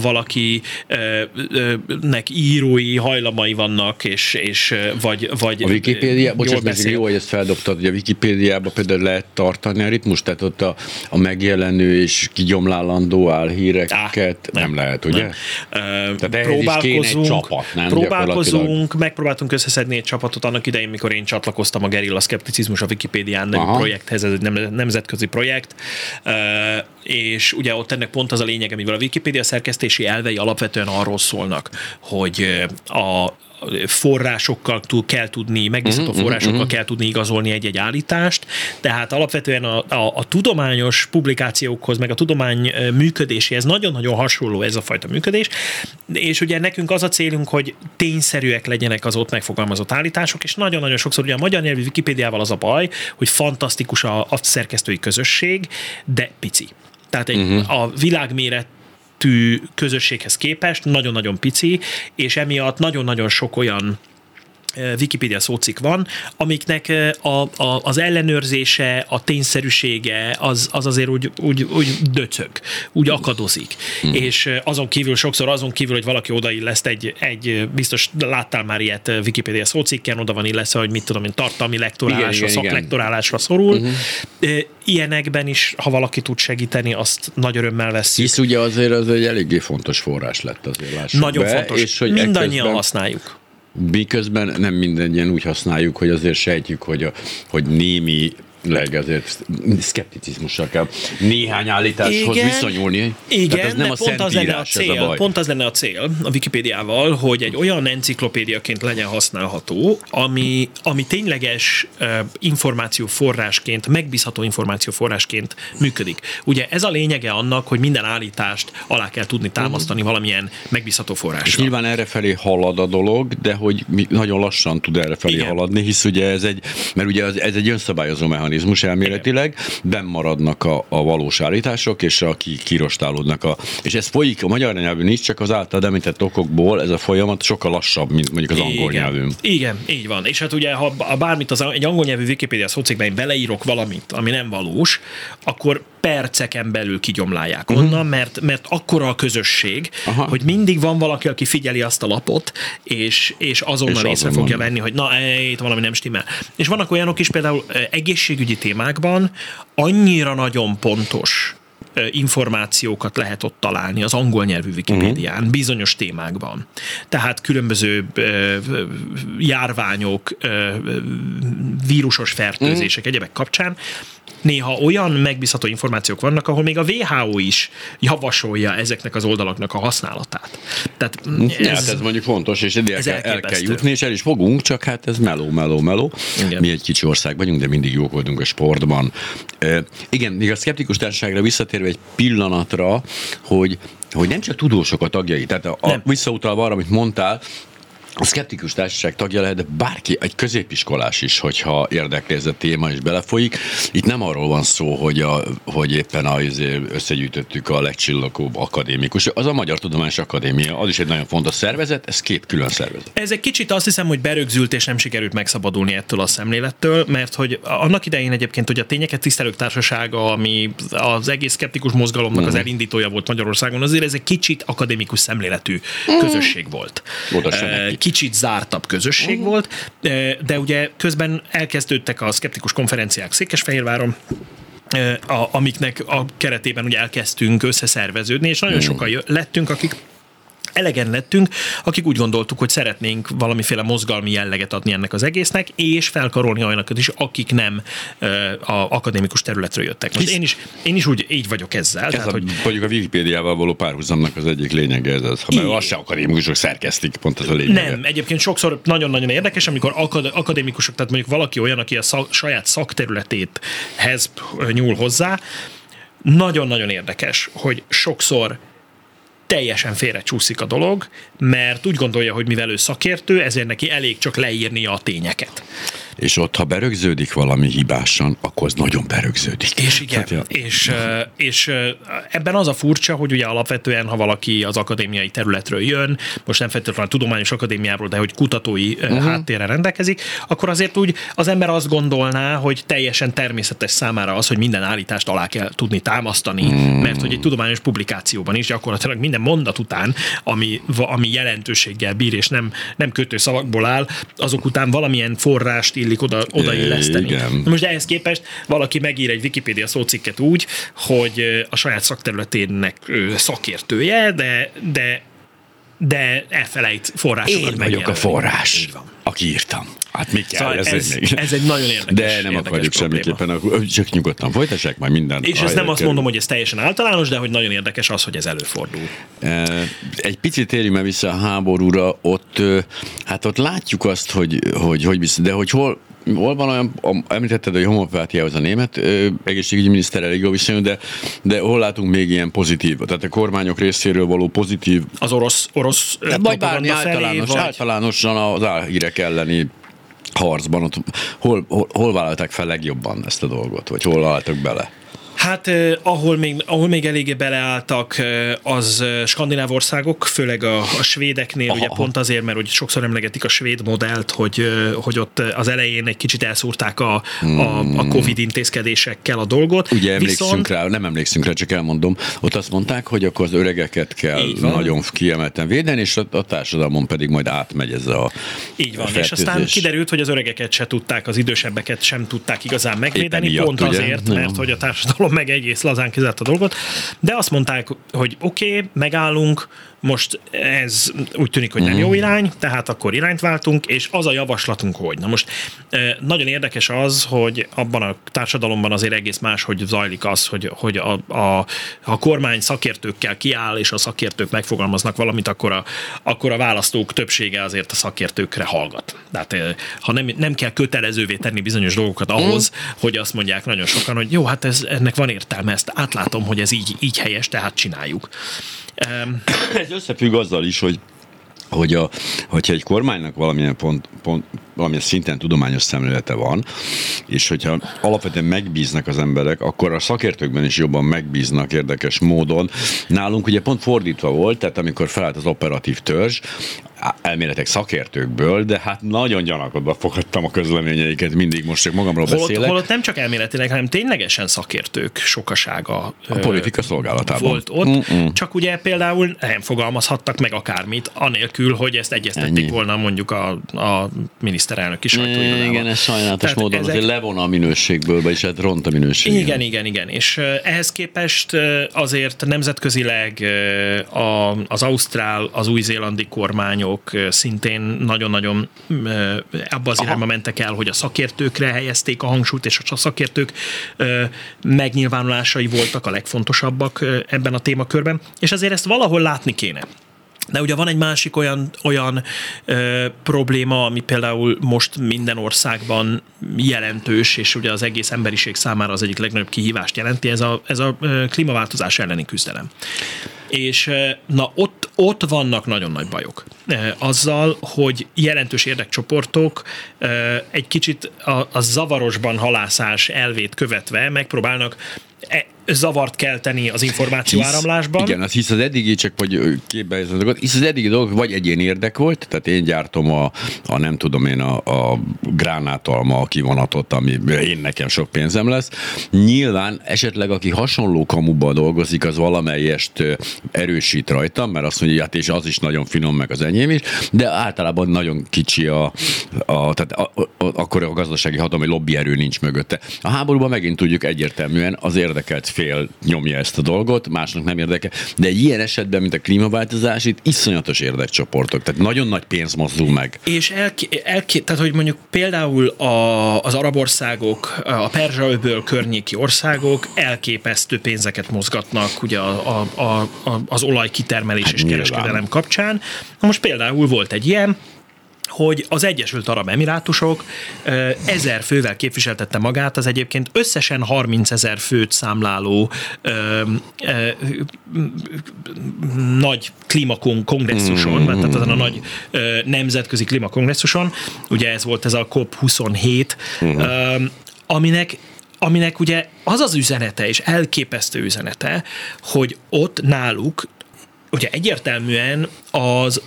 valakinek uh, írói hajlamai vannak, és, és vagy, vagy a Wikipédia, bocsánat, ez jó, hogy ezt feldobtad, hogy a Wikipédiában például lehet tartani a ritmus, tehát ott a, a megjelenő és kigyomlálandó álhíreket nem, nem lehet, ugye? Nem. Uh, tehát ehhez is kéne egy csapat, nem? Próbálkozunk, megpróbáltunk összeszedni egy csapatot annak idején, mikor én csatlakoztam a Gerilla Szkepticizmus a Wikipédián nevű projekthez, ez egy nemzetközi projekt, és ugye ott ennek pont az a lényege, mivel a Wikipédia szerkesztési elvei alapvetően arról szólnak, hogy a forrásokkal kell tudni, megbízható uh-huh, forrásokkal uh-huh. kell tudni igazolni egy-egy állítást, tehát alapvetően a, a, a tudományos publikációkhoz, meg a tudomány működéséhez nagyon-nagyon hasonló ez a fajta működés, és ugye nekünk az a célunk, hogy tényszerűek legyenek az ott megfogalmazott állítások, és nagyon-nagyon sokszor ugye a magyar nyelvű Wikipédiával az a baj, hogy fantasztikus a, a szerkesztői közösség, de pici. Tehát egy, uh-huh. a világméret tű közösséghez képest nagyon-nagyon pici, és emiatt nagyon-nagyon sok olyan Wikipédia szócikk van, amiknek a, a, az ellenőrzése, a tényszerűsége az, az azért úgy, úgy, úgy döcög, úgy akadozik. Hmm. És azon kívül sokszor, azon kívül, hogy valaki odailleszt egy, egy, biztos láttál már ilyet Wikipédia szócikken, oda van illeszve, hogy mit tudom én, tartalmi lektorálásra, szaklektorálásra szorul. Uh-huh. Ilyenekben is, ha valaki tud segíteni, azt nagy örömmel vesszük. Hisz ugye azért az egy eléggé fontos forrás lett, azért lássuk Nagyon be, fontos. És hogy mindannyian ekközben... használjuk. Miközben nem mindannyian úgy használjuk, hogy azért sejtjük, hogy, a, hogy némi leg azért szkepticizmussal kell néhány állításhoz igen, viszonyulni. Igen, ez nem a pont az lenne a cél, a pont az lenne a cél a Wikipédiával, hogy egy olyan enciklopédiaként legyen használható, ami, ami tényleges uh, információforrásként, megbízható információforrásként működik. Ugye ez a lényege annak, hogy minden állítást alá kell tudni támasztani uh-huh. valamilyen megbízható forrásra. És nyilván errefelé halad a dolog, de hogy nagyon lassan tud errefelé igen. haladni, hisz ugye ez egy, mert ugye ez egy önszabályozó mechanizmus elméletileg, benn maradnak a, a valós állítások, és a ki, kirostálódnak. A, és ez folyik a magyar nyelvűn is, csak az általad említett okokból ez a folyamat sokkal lassabb, mint mondjuk az angol igen. nyelvűn. Igen, így van. És hát ugye, ha, ha bármit az, egy angol nyelvű Wikipédia szócikkben beleírok valamit, ami nem valós, akkor perceken belül kigyomlálják uh-huh. onnan, mert, mert akkora a közösség, Aha. hogy mindig van valaki, aki figyeli azt a lapot, és, és azonnal és észre fogja venni, hogy na, itt valami nem stimmel. És vannak olyanok is, például egészségügyi témákban annyira nagyon pontos információkat lehet ott találni az angol nyelvű Wikipédián, uh-huh. bizonyos témákban. Tehát különböző uh, járványok, uh, vírusos fertőzések, uh-huh. egyebek kapcsán néha olyan megbízható információk vannak, ahol még a dupla vé há ó is javasolja ezeknek az oldalaknak a használatát. Tehát ez, hát ez mondjuk fontos, és el, kell, el kell jutni, és el is fogunk, csak hát ez meló, meló, meló. Igen. Mi egy kicsi ország vagyunk, de mindig jók voltunk a sportban. E, igen, még a szkeptikus társaságra visszatérve egy pillanatra, hogy, hogy nem csak tudósok a tagjai, tehát a, a visszautalva arra, amit mondtál, a szkeptikus társaság tagja lehet, de bárki, egy középiskolás is, hogyha érdekli ez a téma és belefolyik. Itt nem arról van szó, hogy, a, hogy éppen összegyűjtöttük a legcsillagóbb akadémikus. Az a Magyar Tudományos Akadémia, az is egy nagyon fontos szervezet, ez két külön szervezet. Ez egy kicsit azt hiszem, hogy berögzült és nem sikerült megszabadulni ettől a szemlélettől, mert hogy annak idején egyébként, hogy a Tényeket Tisztelők Társasága, ami az egész szkeptikus mozgalomnak mm. az elindítója volt Magyarországon, azért ez egy kicsit akadémikus szemléletű mm. közösség volt. Kicsit zártabb közösség uh-huh. volt, de ugye közben elkezdődtek a szkeptikus konferenciák Székesfehérváron, a, amiknek a keretében ugye elkezdtünk összeszerveződni, és nagyon uh-huh. sokan lettünk, akik elegen lettünk, akik úgy gondoltuk, hogy szeretnénk valamiféle mozgalmi jelleget adni ennek az egésznek, és felkarolni olyanokat is, akik nem a akadémikus területről jöttek. Most én is, én is úgy így vagyok ezzel. Ez tehát, a, hogy mondjuk a Wikipédiával való párhuzamnak az egyik lényege ez az, ha mert azt se akadémikusok szerkesztik, pont az a lényege. Nem, egyébként sokszor nagyon-nagyon érdekes, amikor akad, akadémikusok, tehát mondjuk valaki olyan, aki a szak, saját szakterületéhez nyúl hozzá, nagyon-nagyon érdekes, hogy sokszor teljesen félrecsúszik a dolog, mert úgy gondolja, hogy mivel ő szakértő, ezért neki elég csak leírnia a tényeket. És ott, ha berögződik valami hibásan, akkor az nagyon berögződik. És igen, hát, ja. és, és ebben az a furcsa, hogy ugye alapvetően, ha valaki az akadémiai területről jön, most nem feltétlenül a tudományos akadémiáról, de hogy kutatói uh-huh. háttérrel rendelkezik, akkor azért úgy az ember azt gondolná, hogy teljesen természetes számára az, hogy minden állítást alá kell tudni támasztani, uh-huh. mert hogy egy tudományos publikációban is gyakorlatilag minden mondat után, ami, ami jelentőséggel bír, és nem, nem kötő szavakból áll, azok után valamilyen forrást illik oda, odailleszteni. Most ehhez képest valaki megír egy Wikipédia szócikket úgy, hogy a saját szakterületének szakértője, de, de, de elfelejt forrásokat. Én vagyok a forrás, aki írtam. Hát mi kell? Szóval ez, ez, még... ez egy nagyon érdekes De nem akarjuk semmiképpen, csak nyugodtan folytassák majd minden. És ezt nem azt mondom, hogy ez teljesen általános, de hogy nagyon érdekes az, hogy ez előfordul. Egy picit térjünk meg vissza a háborúra, ott, hát ott látjuk azt, hogy, hogy, hogy vissza, de hogy hol, hol van olyan, említetted, hogy homopátiához a német egészségügyi miniszter elég jó viszonyú, de, de hol látunk még ilyen pozitív, tehát a kormányok részéről való pozitív... Az orosz, orosz vagy bármi általános, vagy... általánosan az álhírek elleni harcban, ott hol, hol, hol vállalták fel legjobban ezt a dolgot, vagy hol vállaltak bele? Hát eh, ahol, még, ahol még eléggé beleálltak, eh, az skandináv országok, főleg a, a svédeknél, aha, ugye pont azért, mert hogy sokszor emlegetik a svéd modellt, hogy, eh, hogy ott az elején egy kicsit elszúrták a, hmm. a, a Covid intézkedésekkel a dolgot. Ugye emlékszünk Viszont... rá, nem emlékszünk rá, csak elmondom, ott azt mondták, hogy akkor az öregeket kell nagyon kiemelten védeni, és a, a társadalmon pedig majd átmegy ez a Így van, és aztán kiderült, hogy az öregeket se tudták, az idősebbeket sem tudták igazán megvédeni, miatt, pont ugye? azért, mert nem. hogy a társadalom meg egész lazán kizárt a dolgot, de azt mondták, hogy oké, okay, megállunk, most ez úgy tűnik, hogy nem jó irány, tehát akkor irányt váltunk, és az a javaslatunk, hogy. Na most nagyon érdekes az, hogy abban a társadalomban azért egész más, hogy zajlik az, hogy, hogy a, a, a kormány szakértőkkel kiáll, és a szakértők megfogalmaznak valamit, akkor a, akkor a választók többsége azért a szakértőkre hallgat. Tehát ha nem, nem kell kötelezővé tenni bizonyos dolgokat ahhoz, mm. hogy azt mondják nagyon sokan, hogy jó, hát ez, ennek van értelme, ezt átlátom, hogy ez így, így helyes, tehát csináljuk. Um, Ez összefügg azzal is, hogy hogy a, hogyha egy kormánynak valamilyen, pont, pont, valamilyen szinten tudományos szemlélete van, és hogyha alapvetően megbíznak az emberek, akkor a szakértőkben is jobban megbíznak érdekes módon. Nálunk ugye pont fordítva volt, tehát amikor felállt az operatív törzs, elméletek szakértőkből, de hát nagyon gyanakodva fogadtam a közleményeiket, mindig most csak magamról holott, beszélek. Holott nem csak elméletileg, hanem ténylegesen szakértők sokasága a politika szolgálatában volt ott, Mm-mm. csak ugye például nem fogalmazhattak meg akármit, anélkül, hogy ezt egyeztették Ennyi. volna mondjuk a, a miniszterelnöki sajtóirodával. Igen, ez sajnálatos Tehát módon ezek... azért levon a minőségből, vagyis hát ront a minőségből. Igen, igen, igen, és ehhez képest azért nemzetközileg az ausztrál, az új-zélandi kormányok szintén nagyon-nagyon abba az irányba mentek el, hogy a szakértőkre helyezték a hangsúlyt, és a szakértők megnyilvánulásai voltak a legfontosabbak ebben a témakörben, és azért ezt valahol látni kéne. De ugye van egy másik olyan, olyan ö, probléma, ami például most minden országban jelentős, és ugye az egész emberiség számára az egyik legnagyobb kihívást jelenti, ez a, ez a klímaváltozás elleni küzdelem. És na ott, ott vannak nagyon nagy bajok. Azzal, hogy jelentős érdekcsoportok egy kicsit a, a zavarosban halászás elvét követve megpróbálnak zavart kelteni az információ hisz, áramlásban. Igen, az hisz az eddigi, csak vagy képbe ez a dolgot, hisz az eddigi dolgok vagy egyéni érdek volt, tehát én gyártom a, a nem tudom én, a, a gránátalma kivonatot, ami én nekem sok pénzem lesz. Nyilván esetleg, aki hasonló kamuba dolgozik, az valamelyest erősít rajtam, mert azt mondja, hát és az is nagyon finom, meg az enyém is, de általában nagyon kicsi a, a tehát a, a, akkor a gazdasági hatalmi lobbyerő nincs mögötte. A háborúban megint tudjuk egyértelműen az érdekelt fél nyomja ezt a dolgot, másnak nem érdekel. De egy ilyen esetben, mint a klímaváltozás, itt iszonyatos érdekcsoportok, tehát nagyon nagy pénz mozdul meg. És el, el, tehát, hogy mondjuk például a, az arab országok, a Perzsa-öböl környéki országok elképesztő pénzeket mozgatnak ugye a, a, a, a, az olajkitermelés hát és nyilván. Kereskedelem kapcsán. Na most például volt egy ilyen, hogy az Egyesült Arab Emirátusok ezer fővel képviseltette magát az egyébként összesen harmincezer főt számláló ö, ö, nagy klímakongresszuson, mm. tehát ezen a nagy ö, nemzetközi klímakongresszuson, ugye ez volt ez a cop huszonhét, mm. ö, aminek aminek ugye az az üzenete, és elképesztő üzenete, hogy ott náluk ugye egyértelműen az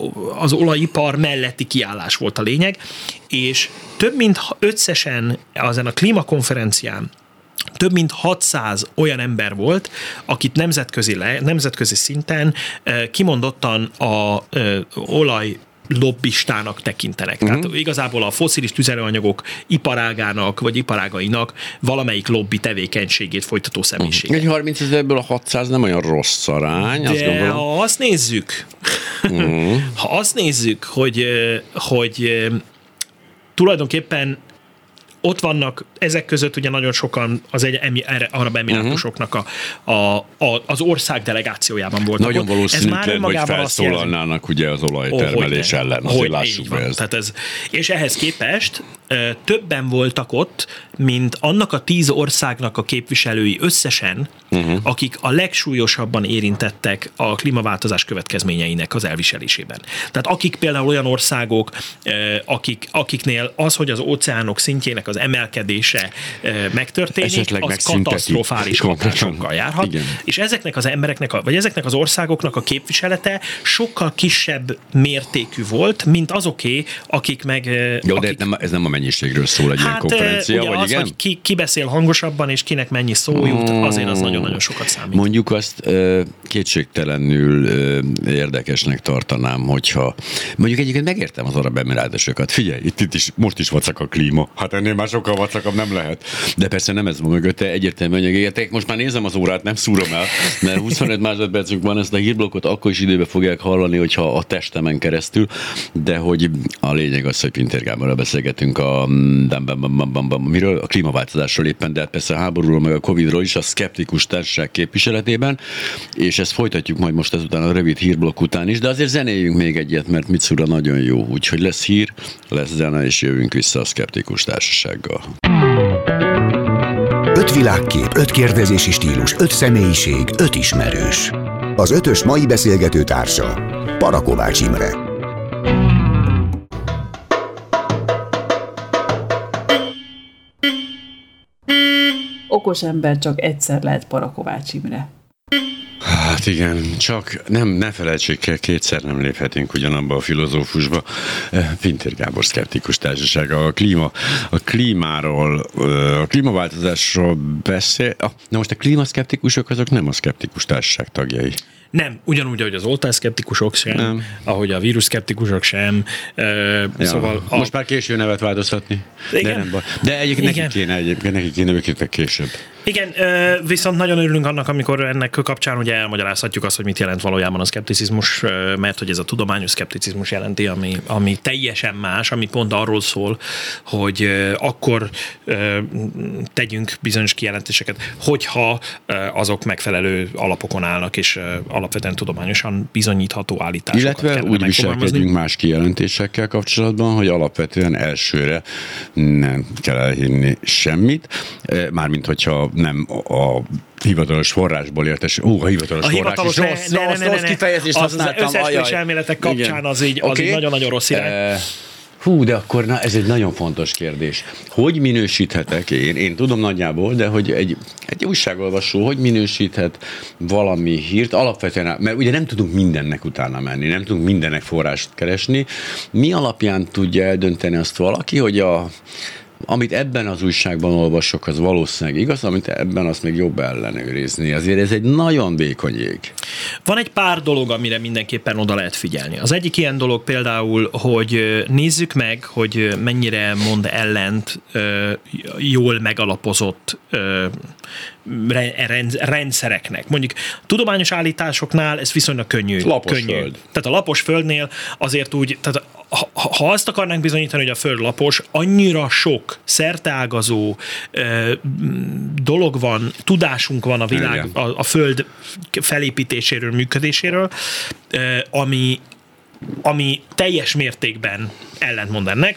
az olajipar melletti kiállás volt a lényeg, és több mint összesen ezen a klímakonferencián több mint hatszáz olyan ember volt, akit nemzetközi, nemzetközi szinten kimondottan a olaj lobbistának tekintenek. Uh-huh. Tehát igazából a fosszilis tüzelőanyagok iparágának, vagy iparágainak valamelyik lobby tevékenységét folytató személyisége. Egy harmincezerből a hatszáz nem olyan rossz arány, azt De gondolom. ha azt nézzük, uh-huh. ha azt nézzük, hogy, hogy tulajdonképpen ott vannak, ezek között ugye nagyon sokan az egy emi, arab emirátusoknak a, a, a, az ország delegációjában voltak. Nagyon valószínűtlen, hogy felszólalnának ugye az olajtermelés oh, ellen. Azért lássuk be ezt. Tehát ez. És ehhez képest többen voltak ott, mint annak a tíz országnak a képviselői összesen, uh-huh. akik a legsúlyosabban érintettek a klímaváltozás következményeinek az elviselésében. Tehát akik például olyan országok, akik, akiknél az, hogy az óceánok szintjének az emelkedése megtörténik, esetleg az katasztrofális hatásokkal járhat. Igen. És ezeknek az embereknek, vagy ezeknek az országoknak a képviselete sokkal kisebb mértékű volt, mint azoké, akik meg... Jó, akik... de nem, ez nem a mennyiségről szól egy hát, ilyen konferencia, ugye vagy az, igen? hogy ki, ki beszél hangosabban, és kinek mennyi szó jut, azért az nagyon-nagyon sokat számít. Mondjuk azt kétségtelenül érdekesnek tartanám, hogyha mondjuk egyébként megértem az arab emirátusokat. Figyelj, itt, itt is, most is vacak a klíma. Hát ennél már sokkal vacakabb nem lehet. De persze nem ez van mögötte, egyértelműen anyagérték. Most már nézem az órát, nem szúrom el, mert huszonöt másodpercünk van, ezt a hírblokkot akkor is időbe fogják hallani, hogyha a testemen keresztül, de hogy a lényeg az, hogy Pintér Gáborral beszélgetünk a, miről? A klímaváltozásról éppen, de hát persze a háborúról, meg a Covidról is, a szkeptikus társaság képvisseletében, és ezt folytatjuk majd most ezután a rövid hírblokk után is, de azért zenéljünk még egyet, mert Mitsura nagyon jó, úgyhogy lesz hír, lesz zene, és jövünk vissza a szkeptikus társasággal. Öt világkép, öt kérdezési stílus, öt személyiség, öt ismerős. Az ötös mai beszélgető társa Parakovács Imre. Okos ember csak egyszer lehet, Parakovács Imre. Hát igen, csak nem, ne felejtsék el, kétszer nem léphetünk ugyanabba a filozófusba. Pintér Gábor szkeptikus társasága, a klíma, a klímáról, a klímaváltozásról beszél. Na most a klímaszkeptikusok azok nem a szkeptikus társaság tagjai. Nem, ugyanúgy, ahogy az oltásszkeptikusok sem, nem. Ahogy a vírusszkeptikusok sem. Uh, ja, szóval a... Most már késő nevet változtatni. Igen. De, nem baj. De egyébként neki kéne, egyébként neki kéne őket később. Igen, viszont nagyon örülünk annak, amikor ennek kapcsán ugye elmagyarázhatjuk azt, hogy mit jelent valójában a szkepticizmus, mert hogy ez a tudományos szkepticizmus jelenti, ami, ami teljesen más, ami pont arról szól, hogy akkor tegyünk bizonyos kijelentéseket, hogyha azok megfelelő alapokon állnak, és alapvetően tudományosan bizonyítható állításokat illetve kellene úgy viselkedjünk más kijelentésekkel kapcsolatban, hogy alapvetően elsőre nem kell elhinni semmit, mármint hogyha nem a hivatalos forrásból értes. Ó, a hivatalos a forrás hivatalos is ne, rossz, ne, ne, rossz, ne, ne, rossz ne. kifejezést az használtam. Az összeesküvés elméletek kapcsán az így, az okay. így nagyon-nagyon rossz irány. Uh, Hú, de akkor na, ez egy nagyon fontos kérdés. Hogy minősíthetek én, én tudom nagyjából, de hogy egy, egy újságolvasó hogy minősíthet valami hírt, alapvetően, mert ugye nem tudunk mindennek utána menni, nem tudunk mindennek forrást keresni. Mi alapján tudja eldönteni azt valaki, hogy a amit ebben az újságban olvasok, az valószínűleg igaz, amit ebben azt még jobb ellenőrizni. Azért ez egy nagyon vékony jég. Van egy pár dolog, amire mindenképpen oda lehet figyelni. Az egyik ilyen dolog például, hogy nézzük meg, hogy mennyire mond ellent jól megalapozott rendszereknek. Mondjuk tudományos állításoknál ez viszonylag könnyű. Lapos könnyű. föld. Tehát a lapos földnél azért úgy, tehát ha, ha azt akarnánk bizonyítani, hogy a föld lapos, annyira sok szerteágazó ö, dolog van, tudásunk van a világ, a, a föld felépítéséről, működéséről, ö, ami, ami teljes mértékben ellentmond ennek.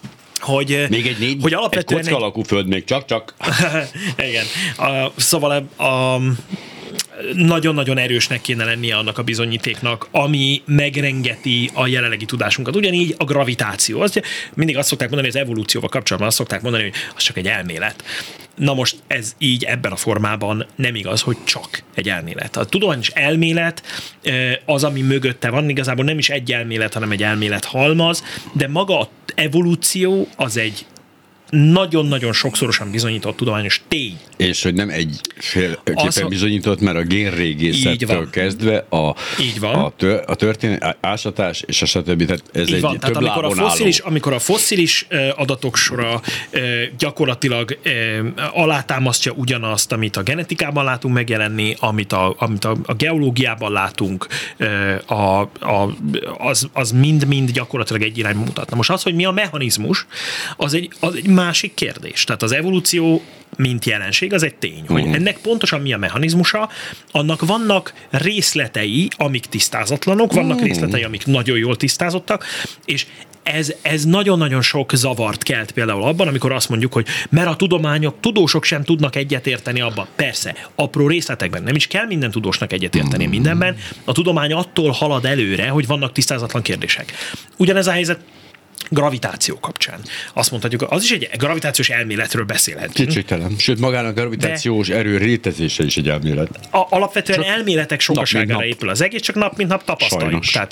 Hogy, még egy négy, hogy alapvetően egy kocka alakú föld még csak-csak. Igen. A, szóval a, a nagyon-nagyon erősnek kéne lennie annak a bizonyítéknak, ami megrengeti a jelenlegi tudásunkat. Ugyanígy a gravitáció. Azt, mindig azt szokták mondani, hogy az evolúcióval kapcsolatban azt szokták mondani, hogy az csak egy elmélet. Na most ez így ebben a formában nem igaz, hogy csak egy elmélet. A tudományos elmélet az, ami mögötte van, igazából nem is egy elmélet, hanem egy elmélet halmaz, de maga az evolúció az egy nagyon-nagyon sokszorosan bizonyított tudományos tény. És hogy nem egyféleképpen az, bizonyított, mert a génrégészettől kezdve a, így van. a, tör, a történet, ásatás és a stb. Tehát ez így egy van. több Tehát amikor, lábon a fosszilis, álló. amikor a fosszilis adatok sora gyakorlatilag alátámasztja ugyanazt, amit a genetikában látunk megjelenni, amit a, amit a, a geológiában látunk, a, a, az, az mind-mind gyakorlatilag egy irányba mutat. Na most az, hogy mi a mechanizmus, az egy, az egy másik kérdés. Tehát az evolúció, mint jelenség, az egy tény. Hogy uh-huh. ennek pontosan mi a mechanizmusa, annak vannak részletei, amik tisztázatlanok, vannak uh-huh. részletei, amik nagyon jól tisztázottak, és ez, ez nagyon-nagyon sok zavart kelt például abban, amikor azt mondjuk, hogy mert a tudományok, tudósok sem tudnak egyetérteni abban. Persze, apró részletekben nem is kell minden tudósnak egyetérteni uh-huh. mindenben. A tudomány attól halad előre, hogy vannak tisztázatlan kérdések. Ugyanez a helyzet gravitáció kapcsán. Azt mondhatjuk, az is egy gravitációs elméletről beszélhetünk. Kétségtelen. Sőt, magának a gravitációs de erő létezése is egy elmélet. A, alapvetően csak elméletek sokaságára nap. épül az egész, csak nap mint nap tapasztaljuk. Tehát,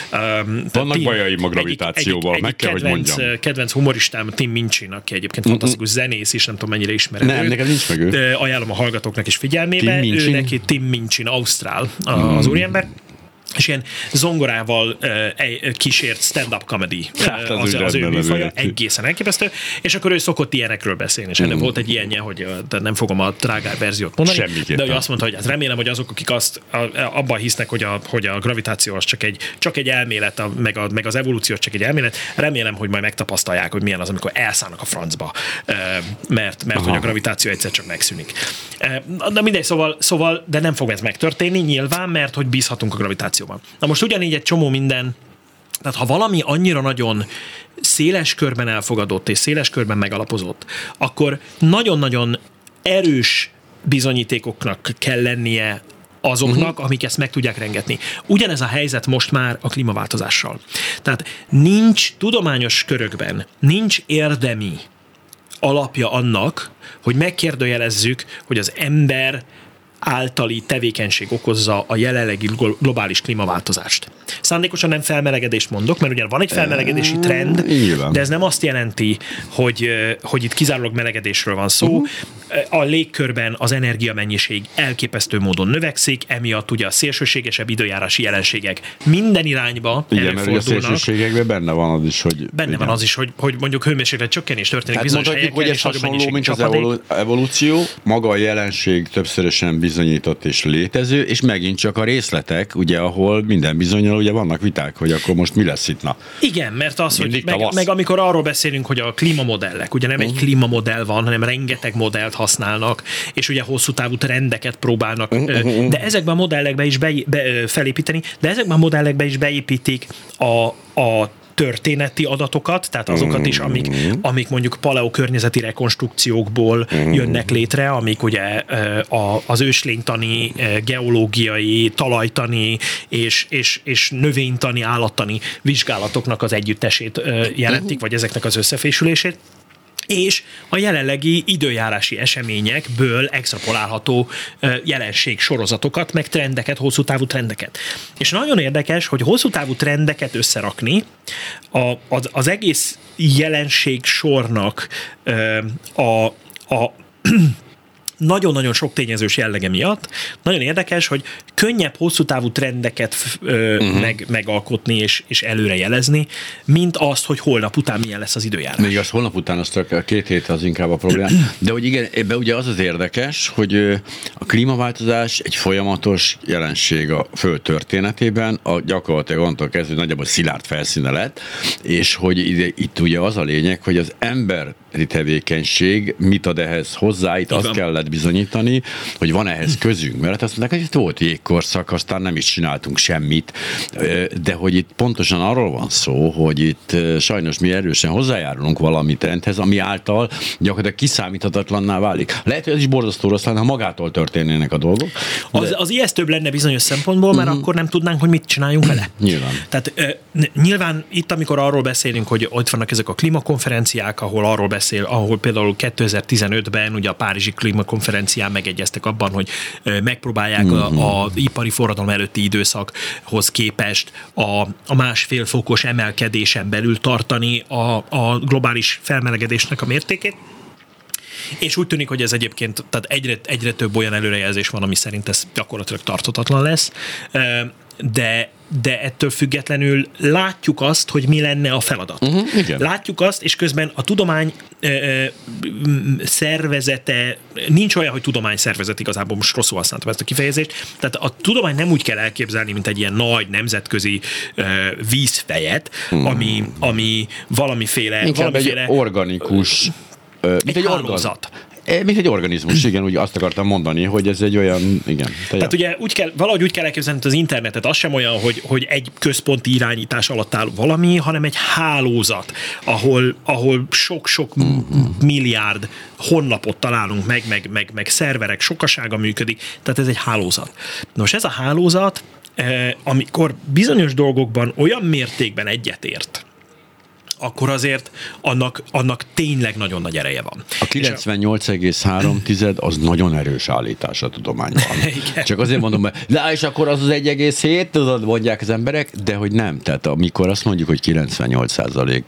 um, vannak Tim, bajaim a gravitációval, egy, egy, meg kell, kedvenc, hogy mondjam. Kedvenc humoristám Tim Minchin, aki egyébként mm-hmm. fantasztikus zenész is, nem tudom mennyire ismered. Nem, nekem nincs meg ő. Ajánlom a hallgatóknak is figyelmébe. Tim ő neki Tim Minchin, ausztrál az mm. úriember. És ilyen zongorával uh, kísért stand-up comedy hát, az, az, az ő műfaja, egészen elképesztő, és akkor ő szokott ilyenekről beszélni, és ennek mm. volt egy ilyenje, hogy uh, nem fogom a drágár verziót mondani, semmiképpen. De ő azt mondta, hogy hát remélem, hogy azok, akik azt a, abban hisznek, hogy a, hogy a gravitáció az csak egy, csak egy elmélet, a, meg, a, meg az evolúció csak egy elmélet, remélem, hogy majd megtapasztalják, hogy milyen az, amikor elszállnak a francba, uh, mert, mert hogy a gravitáció egyszer csak megszűnik. Uh, de mindegy, szóval, szóval, de nem fog ez megtörténni, nyilván, mert hogy bízhatunk a gravitáció. Na most ugyanígy egy csomó minden, tehát ha valami annyira nagyon széles körben elfogadott és széles körben megalapozott, akkor nagyon-nagyon erős bizonyítékoknak kell lennie azoknak, uh-huh. amik ezt meg tudják rengetni. Ugyanez a helyzet most már a klímaváltozással. Tehát nincs tudományos körökben, nincs érdemi alapja annak, hogy megkérdőjelezzük, hogy az ember általi tevékenység okozza a jelenlegi globális klímaváltozást. Szándékosan nem felmelegedést mondok, mert ugyan van egy felmelegedési trend, de ez nem azt jelenti, hogy, hogy itt kizárólag melegedésről van szó. Uh-huh. A légkörben az energiamennyiség elképesztő módon növekszik, emiatt ugye a szélsőségesebb időjárási jelenségek minden irányba igen, előfordulnak. Igen, mert a szélsőségekben benne van az is, hogy... Benne igen. van az is, hogy, hogy mondjuk hőmérséklet csökkenés történik hát bizonyos helyeken, hogy ez hasonló, mint az evolúció, maga a jelenség többszörösen bizonyított és létező, és megint csak a részletek, ugye, ahol minden bizonnyal ugye vannak viták, hogy akkor most mi lesz itt, na. Igen, mert az, hogy meg, meg amikor arról beszélünk, hogy a klímamodellek, ugye nem uh-huh. egy klímamodell van, hanem rengeteg modellt használnak, és ugye hosszú távú trendeket próbálnak, uh-huh. de ezekben a modellekbe is be, be, felépíteni, de ezekben a modellekbe is beépítik a, a történeti adatokat, tehát azokat is, amik, amik mondjuk paleokörnyezeti rekonstrukciókból jönnek létre, amik ugye az őslénytani, geológiai, talajtani és, és, és növénytani, állattani vizsgálatoknak az együttesét jelentik, vagy ezeknek az összefésülését, és a jelenlegi időjárási eseményekből extrapolálható jelenség sorozatokat, meg trendeket, hosszú távú trendeket. És nagyon érdekes, hogy hosszú távú trendeket összerakni a, az, az egész jelenség sornak a, a nagyon-nagyon sok tényezős jellege miatt nagyon érdekes, hogy könnyebb hosszú távú trendeket ö, uh-huh. meg, megalkotni és, és előre jelezni, mint azt, hogy holnap után milyen lesz az időjárás. Még az holnap után az csak két hét az inkább a probléma. De hogy igen, ebben ugye az az érdekes, hogy a klímaváltozás egy folyamatos jelenség a Föld történetében, a gyakorlatilag onnantól kezdve nagyjából szilárd felszíne lett, és hogy ide, itt ugye az a lényeg, hogy az emberi tevékenység mit ad ehhez hozzá, itt azt kellett bizonyítani, hogy van ehhez közünk, mert azt mondták, hogy itt volt jégkorszak, aztán nem is csináltunk semmit, de hogy itt pontosan arról van szó, hogy itt sajnos mi erősen hozzájárulunk valami trendhez, ami által gyakorlatilag kiszámíthatatlanná válik. Lehet, hogy ez is borzasztó rossz lenne, ha magától történnének a dolgok. De... Az, az ijesztőbb lenne bizonyos szempontból, mert uh-huh. akkor nem tudnánk, hogy mit csináljunk vele. Nyilván. Tehát uh, nyilván itt, amikor arról beszélünk, hogy ott vannak ezek a klímakonferenciák, ahol arról beszél, ahol például kétezer-tizenötben ugye a Párizsi klímakonferencián megegyeztek abban, hogy megpróbálják uh-huh. a, a ipari forradalom előtti időszakhoz képest a, a másfél fokos emelkedésen belül tartani a, a globális felmelegedésnek a mértékét. És úgy tűnik, hogy ez egyébként, tehát egyre, egyre több olyan előrejelzés van, ami szerint ez gyakorlatilag tarthatatlan lesz. De, de ettől függetlenül látjuk azt, hogy mi lenne a feladat. Uh-huh, igen. Látjuk azt, és közben a tudomány ö, ö, szervezete, nincs olyan, hogy tudományszervezet, igazából most rosszul használtam ezt a kifejezést, tehát a tudomány nem úgy kell elképzelni, mint egy ilyen nagy nemzetközi ö, vízfejet, uh-huh. ami, ami valamiféle... Inkább valamiféle egy organikus... Mint egy, egy hálózat. Mint egy organizmus, igen, úgy azt akartam mondani, hogy ez egy olyan, igen. Tehát ugye úgy kell, valahogy úgy kell elképzelni az internetet, az sem olyan, hogy, hogy egy központi irányítás alatt áll valami, hanem egy hálózat, ahol, ahol sok-sok mm-hmm. milliárd honlapot találunk meg, meg, meg, meg szerverek sokasága működik, tehát ez egy hálózat. Nos, ez a hálózat, eh, amikor bizonyos dolgokban olyan mértékben egyetért, akkor azért annak, annak tényleg nagyon nagy ereje van. A kilencvennyolc egész három az nagyon erős állítás a tudományban. Csak azért mondom, de és akkor az az egy egész hét, tudod, mondják az emberek, de hogy nem. Tehát amikor azt mondjuk, hogy kilencvennyolc százalék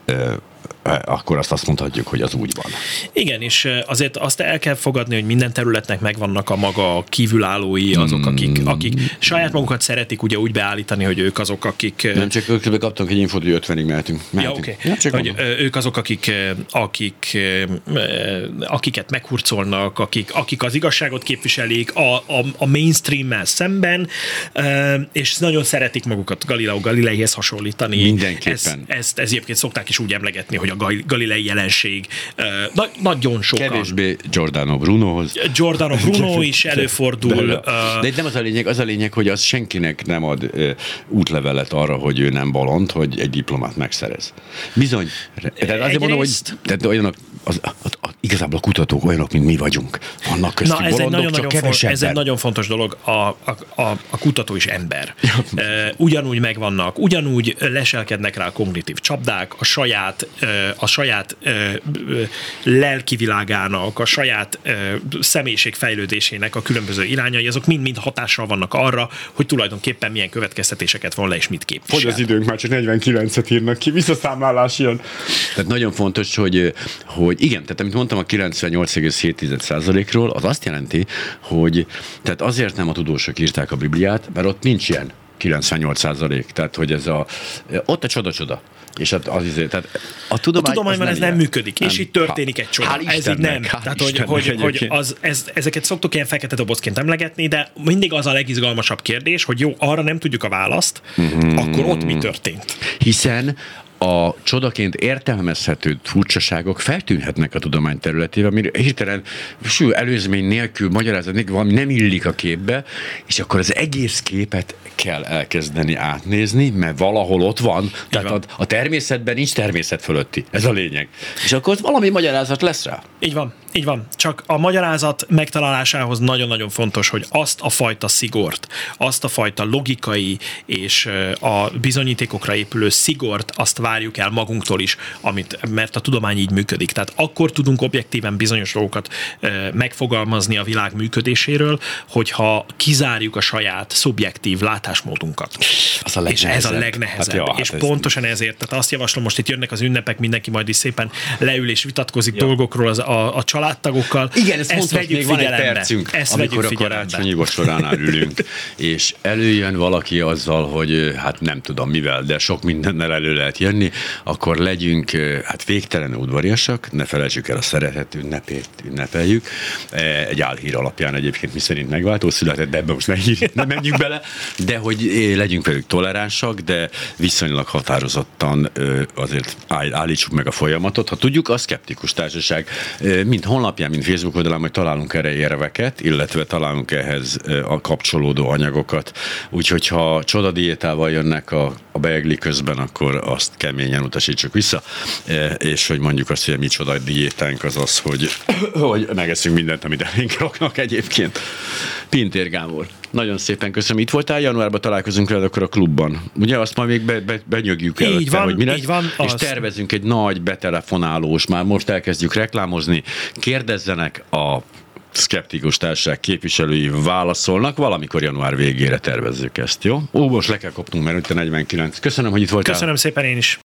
akkor azt azt mondhatjuk, hogy az úgy van. Igen, és azért azt el kell fogadni, hogy minden területnek megvannak a maga kívülállói, azok, akik, akik saját magukat szeretik ugye úgy beállítani, hogy ők azok, akik... Nem, csak ők kaptunk egy infót, hogy ötvenig mehetünk. mehetünk. Ja, oké. Okay. Ja, hogy ők azok, akik, akik, akiket meghurcolnak, akik, akik az igazságot képviselik a, a, a mainstream-mel szemben, és nagyon szeretik magukat Galileo Galileihez hasonlítani. Mindenképpen. Ezt, ezt, ezt egyébként szokták is úgy emlegetni, hogy a Galilei jelenség uh, nagyon sokan. Kevésbé Giordano Brunohoz. Giordano Bruno is előfordul. De, de, de itt nem az a lényeg, az a lényeg, hogy az senkinek nem ad uh, útlevelet arra, hogy ő nem bolond, hogy egy diplomát megszerez. Bizony. Tehát azért mondom, hogy tehát olyanok, az, az, az, igazából a kutatók olyanok, mint mi vagyunk. Vannak köztük Na, ez bolondok, egy csak nagyon, kevesebben. Ez egy nagyon fontos dolog. A, a, a, a kutató is ember. uh, ugyanúgy megvannak, ugyanúgy leselkednek rá a kognitív csapdák, a saját a saját ö, ö, lelkivilágának, a saját ö, személyiségfejlődésének a különböző irányai, azok mind-mind hatással vannak arra, hogy tulajdonképpen milyen következtetéseket von le, és mit képvisel. Hogy az időnk már csak negyvenkilencet írnak ki, visszaszámlálás jön. Tehát nagyon fontos, hogy, hogy igen, tehát amit mondtam a kilencvennyolc egész hét százalékról, az azt jelenti, hogy tehát azért nem a tudósok írták a Bibliát, mert ott nincs ilyen kilencvennyolc százalék, tehát hogy ez a, ott a csoda-csoda. És az, az izé, tehát a, tudomány, a tudományban nem ez nem ilyen. működik, nem. és itt történik egy csoda. Hál' ez így nem. Hál' Tehát, hogy, Istennek, hogy, hogy az, ez, ezeket szoktuk ilyen fekete dobozként emlegetni, de mindig az a legizgalmasabb kérdés, hogy jó, arra nem tudjuk a választ, mm-hmm. akkor ott mi történt? Hiszen a csodaként értelmezhető furcsaságok feltűnhetnek a tudomány területével, amire hirtelen sű, előzmény nélkül, magyarázat nélkül valami nem illik a képbe, és akkor az egész képet kell elkezdeni átnézni, mert valahol ott van, tehát van. A, a természetben nincs természet fölötti, ez a lényeg. És akkor ott valami magyarázat lesz rá. Így van, így van. Csak a magyarázat megtalálásához nagyon-nagyon fontos, hogy azt a fajta szigort, azt a fajta logikai és a bizonyítékokra épülő szigort, azt várjuk el magunktól is, amit, mert a tudomány így működik. Tehát akkor tudunk objektíven bizonyos dolgokat megfogalmazni a világ működéséről, hogyha kizárjuk a saját szubjektív látásmódunkat. Az a és ez a legnehezebb. Hát, ja, és hát pontosan ez... ezért, tehát azt javaslom, most itt jönnek az ünnepek, mindenki majd is szépen leül és vitatkozik ja. dolgokról az, a, a családtagokkal. Igen, ez fontos, még van egy percünk, ezt amikor a karácsonyi vacsoránál ülünk, és előjön valaki azzal, hogy hát nem tudom mivel, de sok mindennel elő lehet jönni, akkor legyünk hát végtelen udvariasak, ne felejtsük el a szeretet ünnepét, ünnepeljük. Egy álhír alapján egyébként mi szerint megváltó született, de ebben most nem menjünk bele, de hogy legyünk velük toleránsak, de viszonylag határozottan azért állítsuk meg a folyamatot. Ha tudjuk, a Szkeptikus Társaság mind honlapján, mind Facebook oldalán majd találunk erre érveket, illetve találunk ehhez a kapcsolódó anyagokat. Úgyhogy ha csodadiétával jönnek a, a beegli közben, akkor azt keményen utasítsuk vissza, és hogy mondjuk azt, hogy a mi csodadiétánk az az, hogy, hogy megeszünk mindent, amit elénk raknak egyébként. Pintér Gábor, nagyon szépen köszönöm. Itt voltál, januárban találkozunk veled akkor a klubban. Ugye azt majd még be, be, benyögjük előtte, hogy mi lesz, van, és az... tervezünk egy nagy betelefonálós, már most elkezdjük reklámozni. Kérdezzenek, a Szkeptikus Társaság képviselői válaszolnak, valamikor január végére tervezzük ezt, jó? Ó, most le kell kopnunk, mert itt a negyvenkilenc. Köszönöm, hogy itt voltál. Köszönöm szépen én is.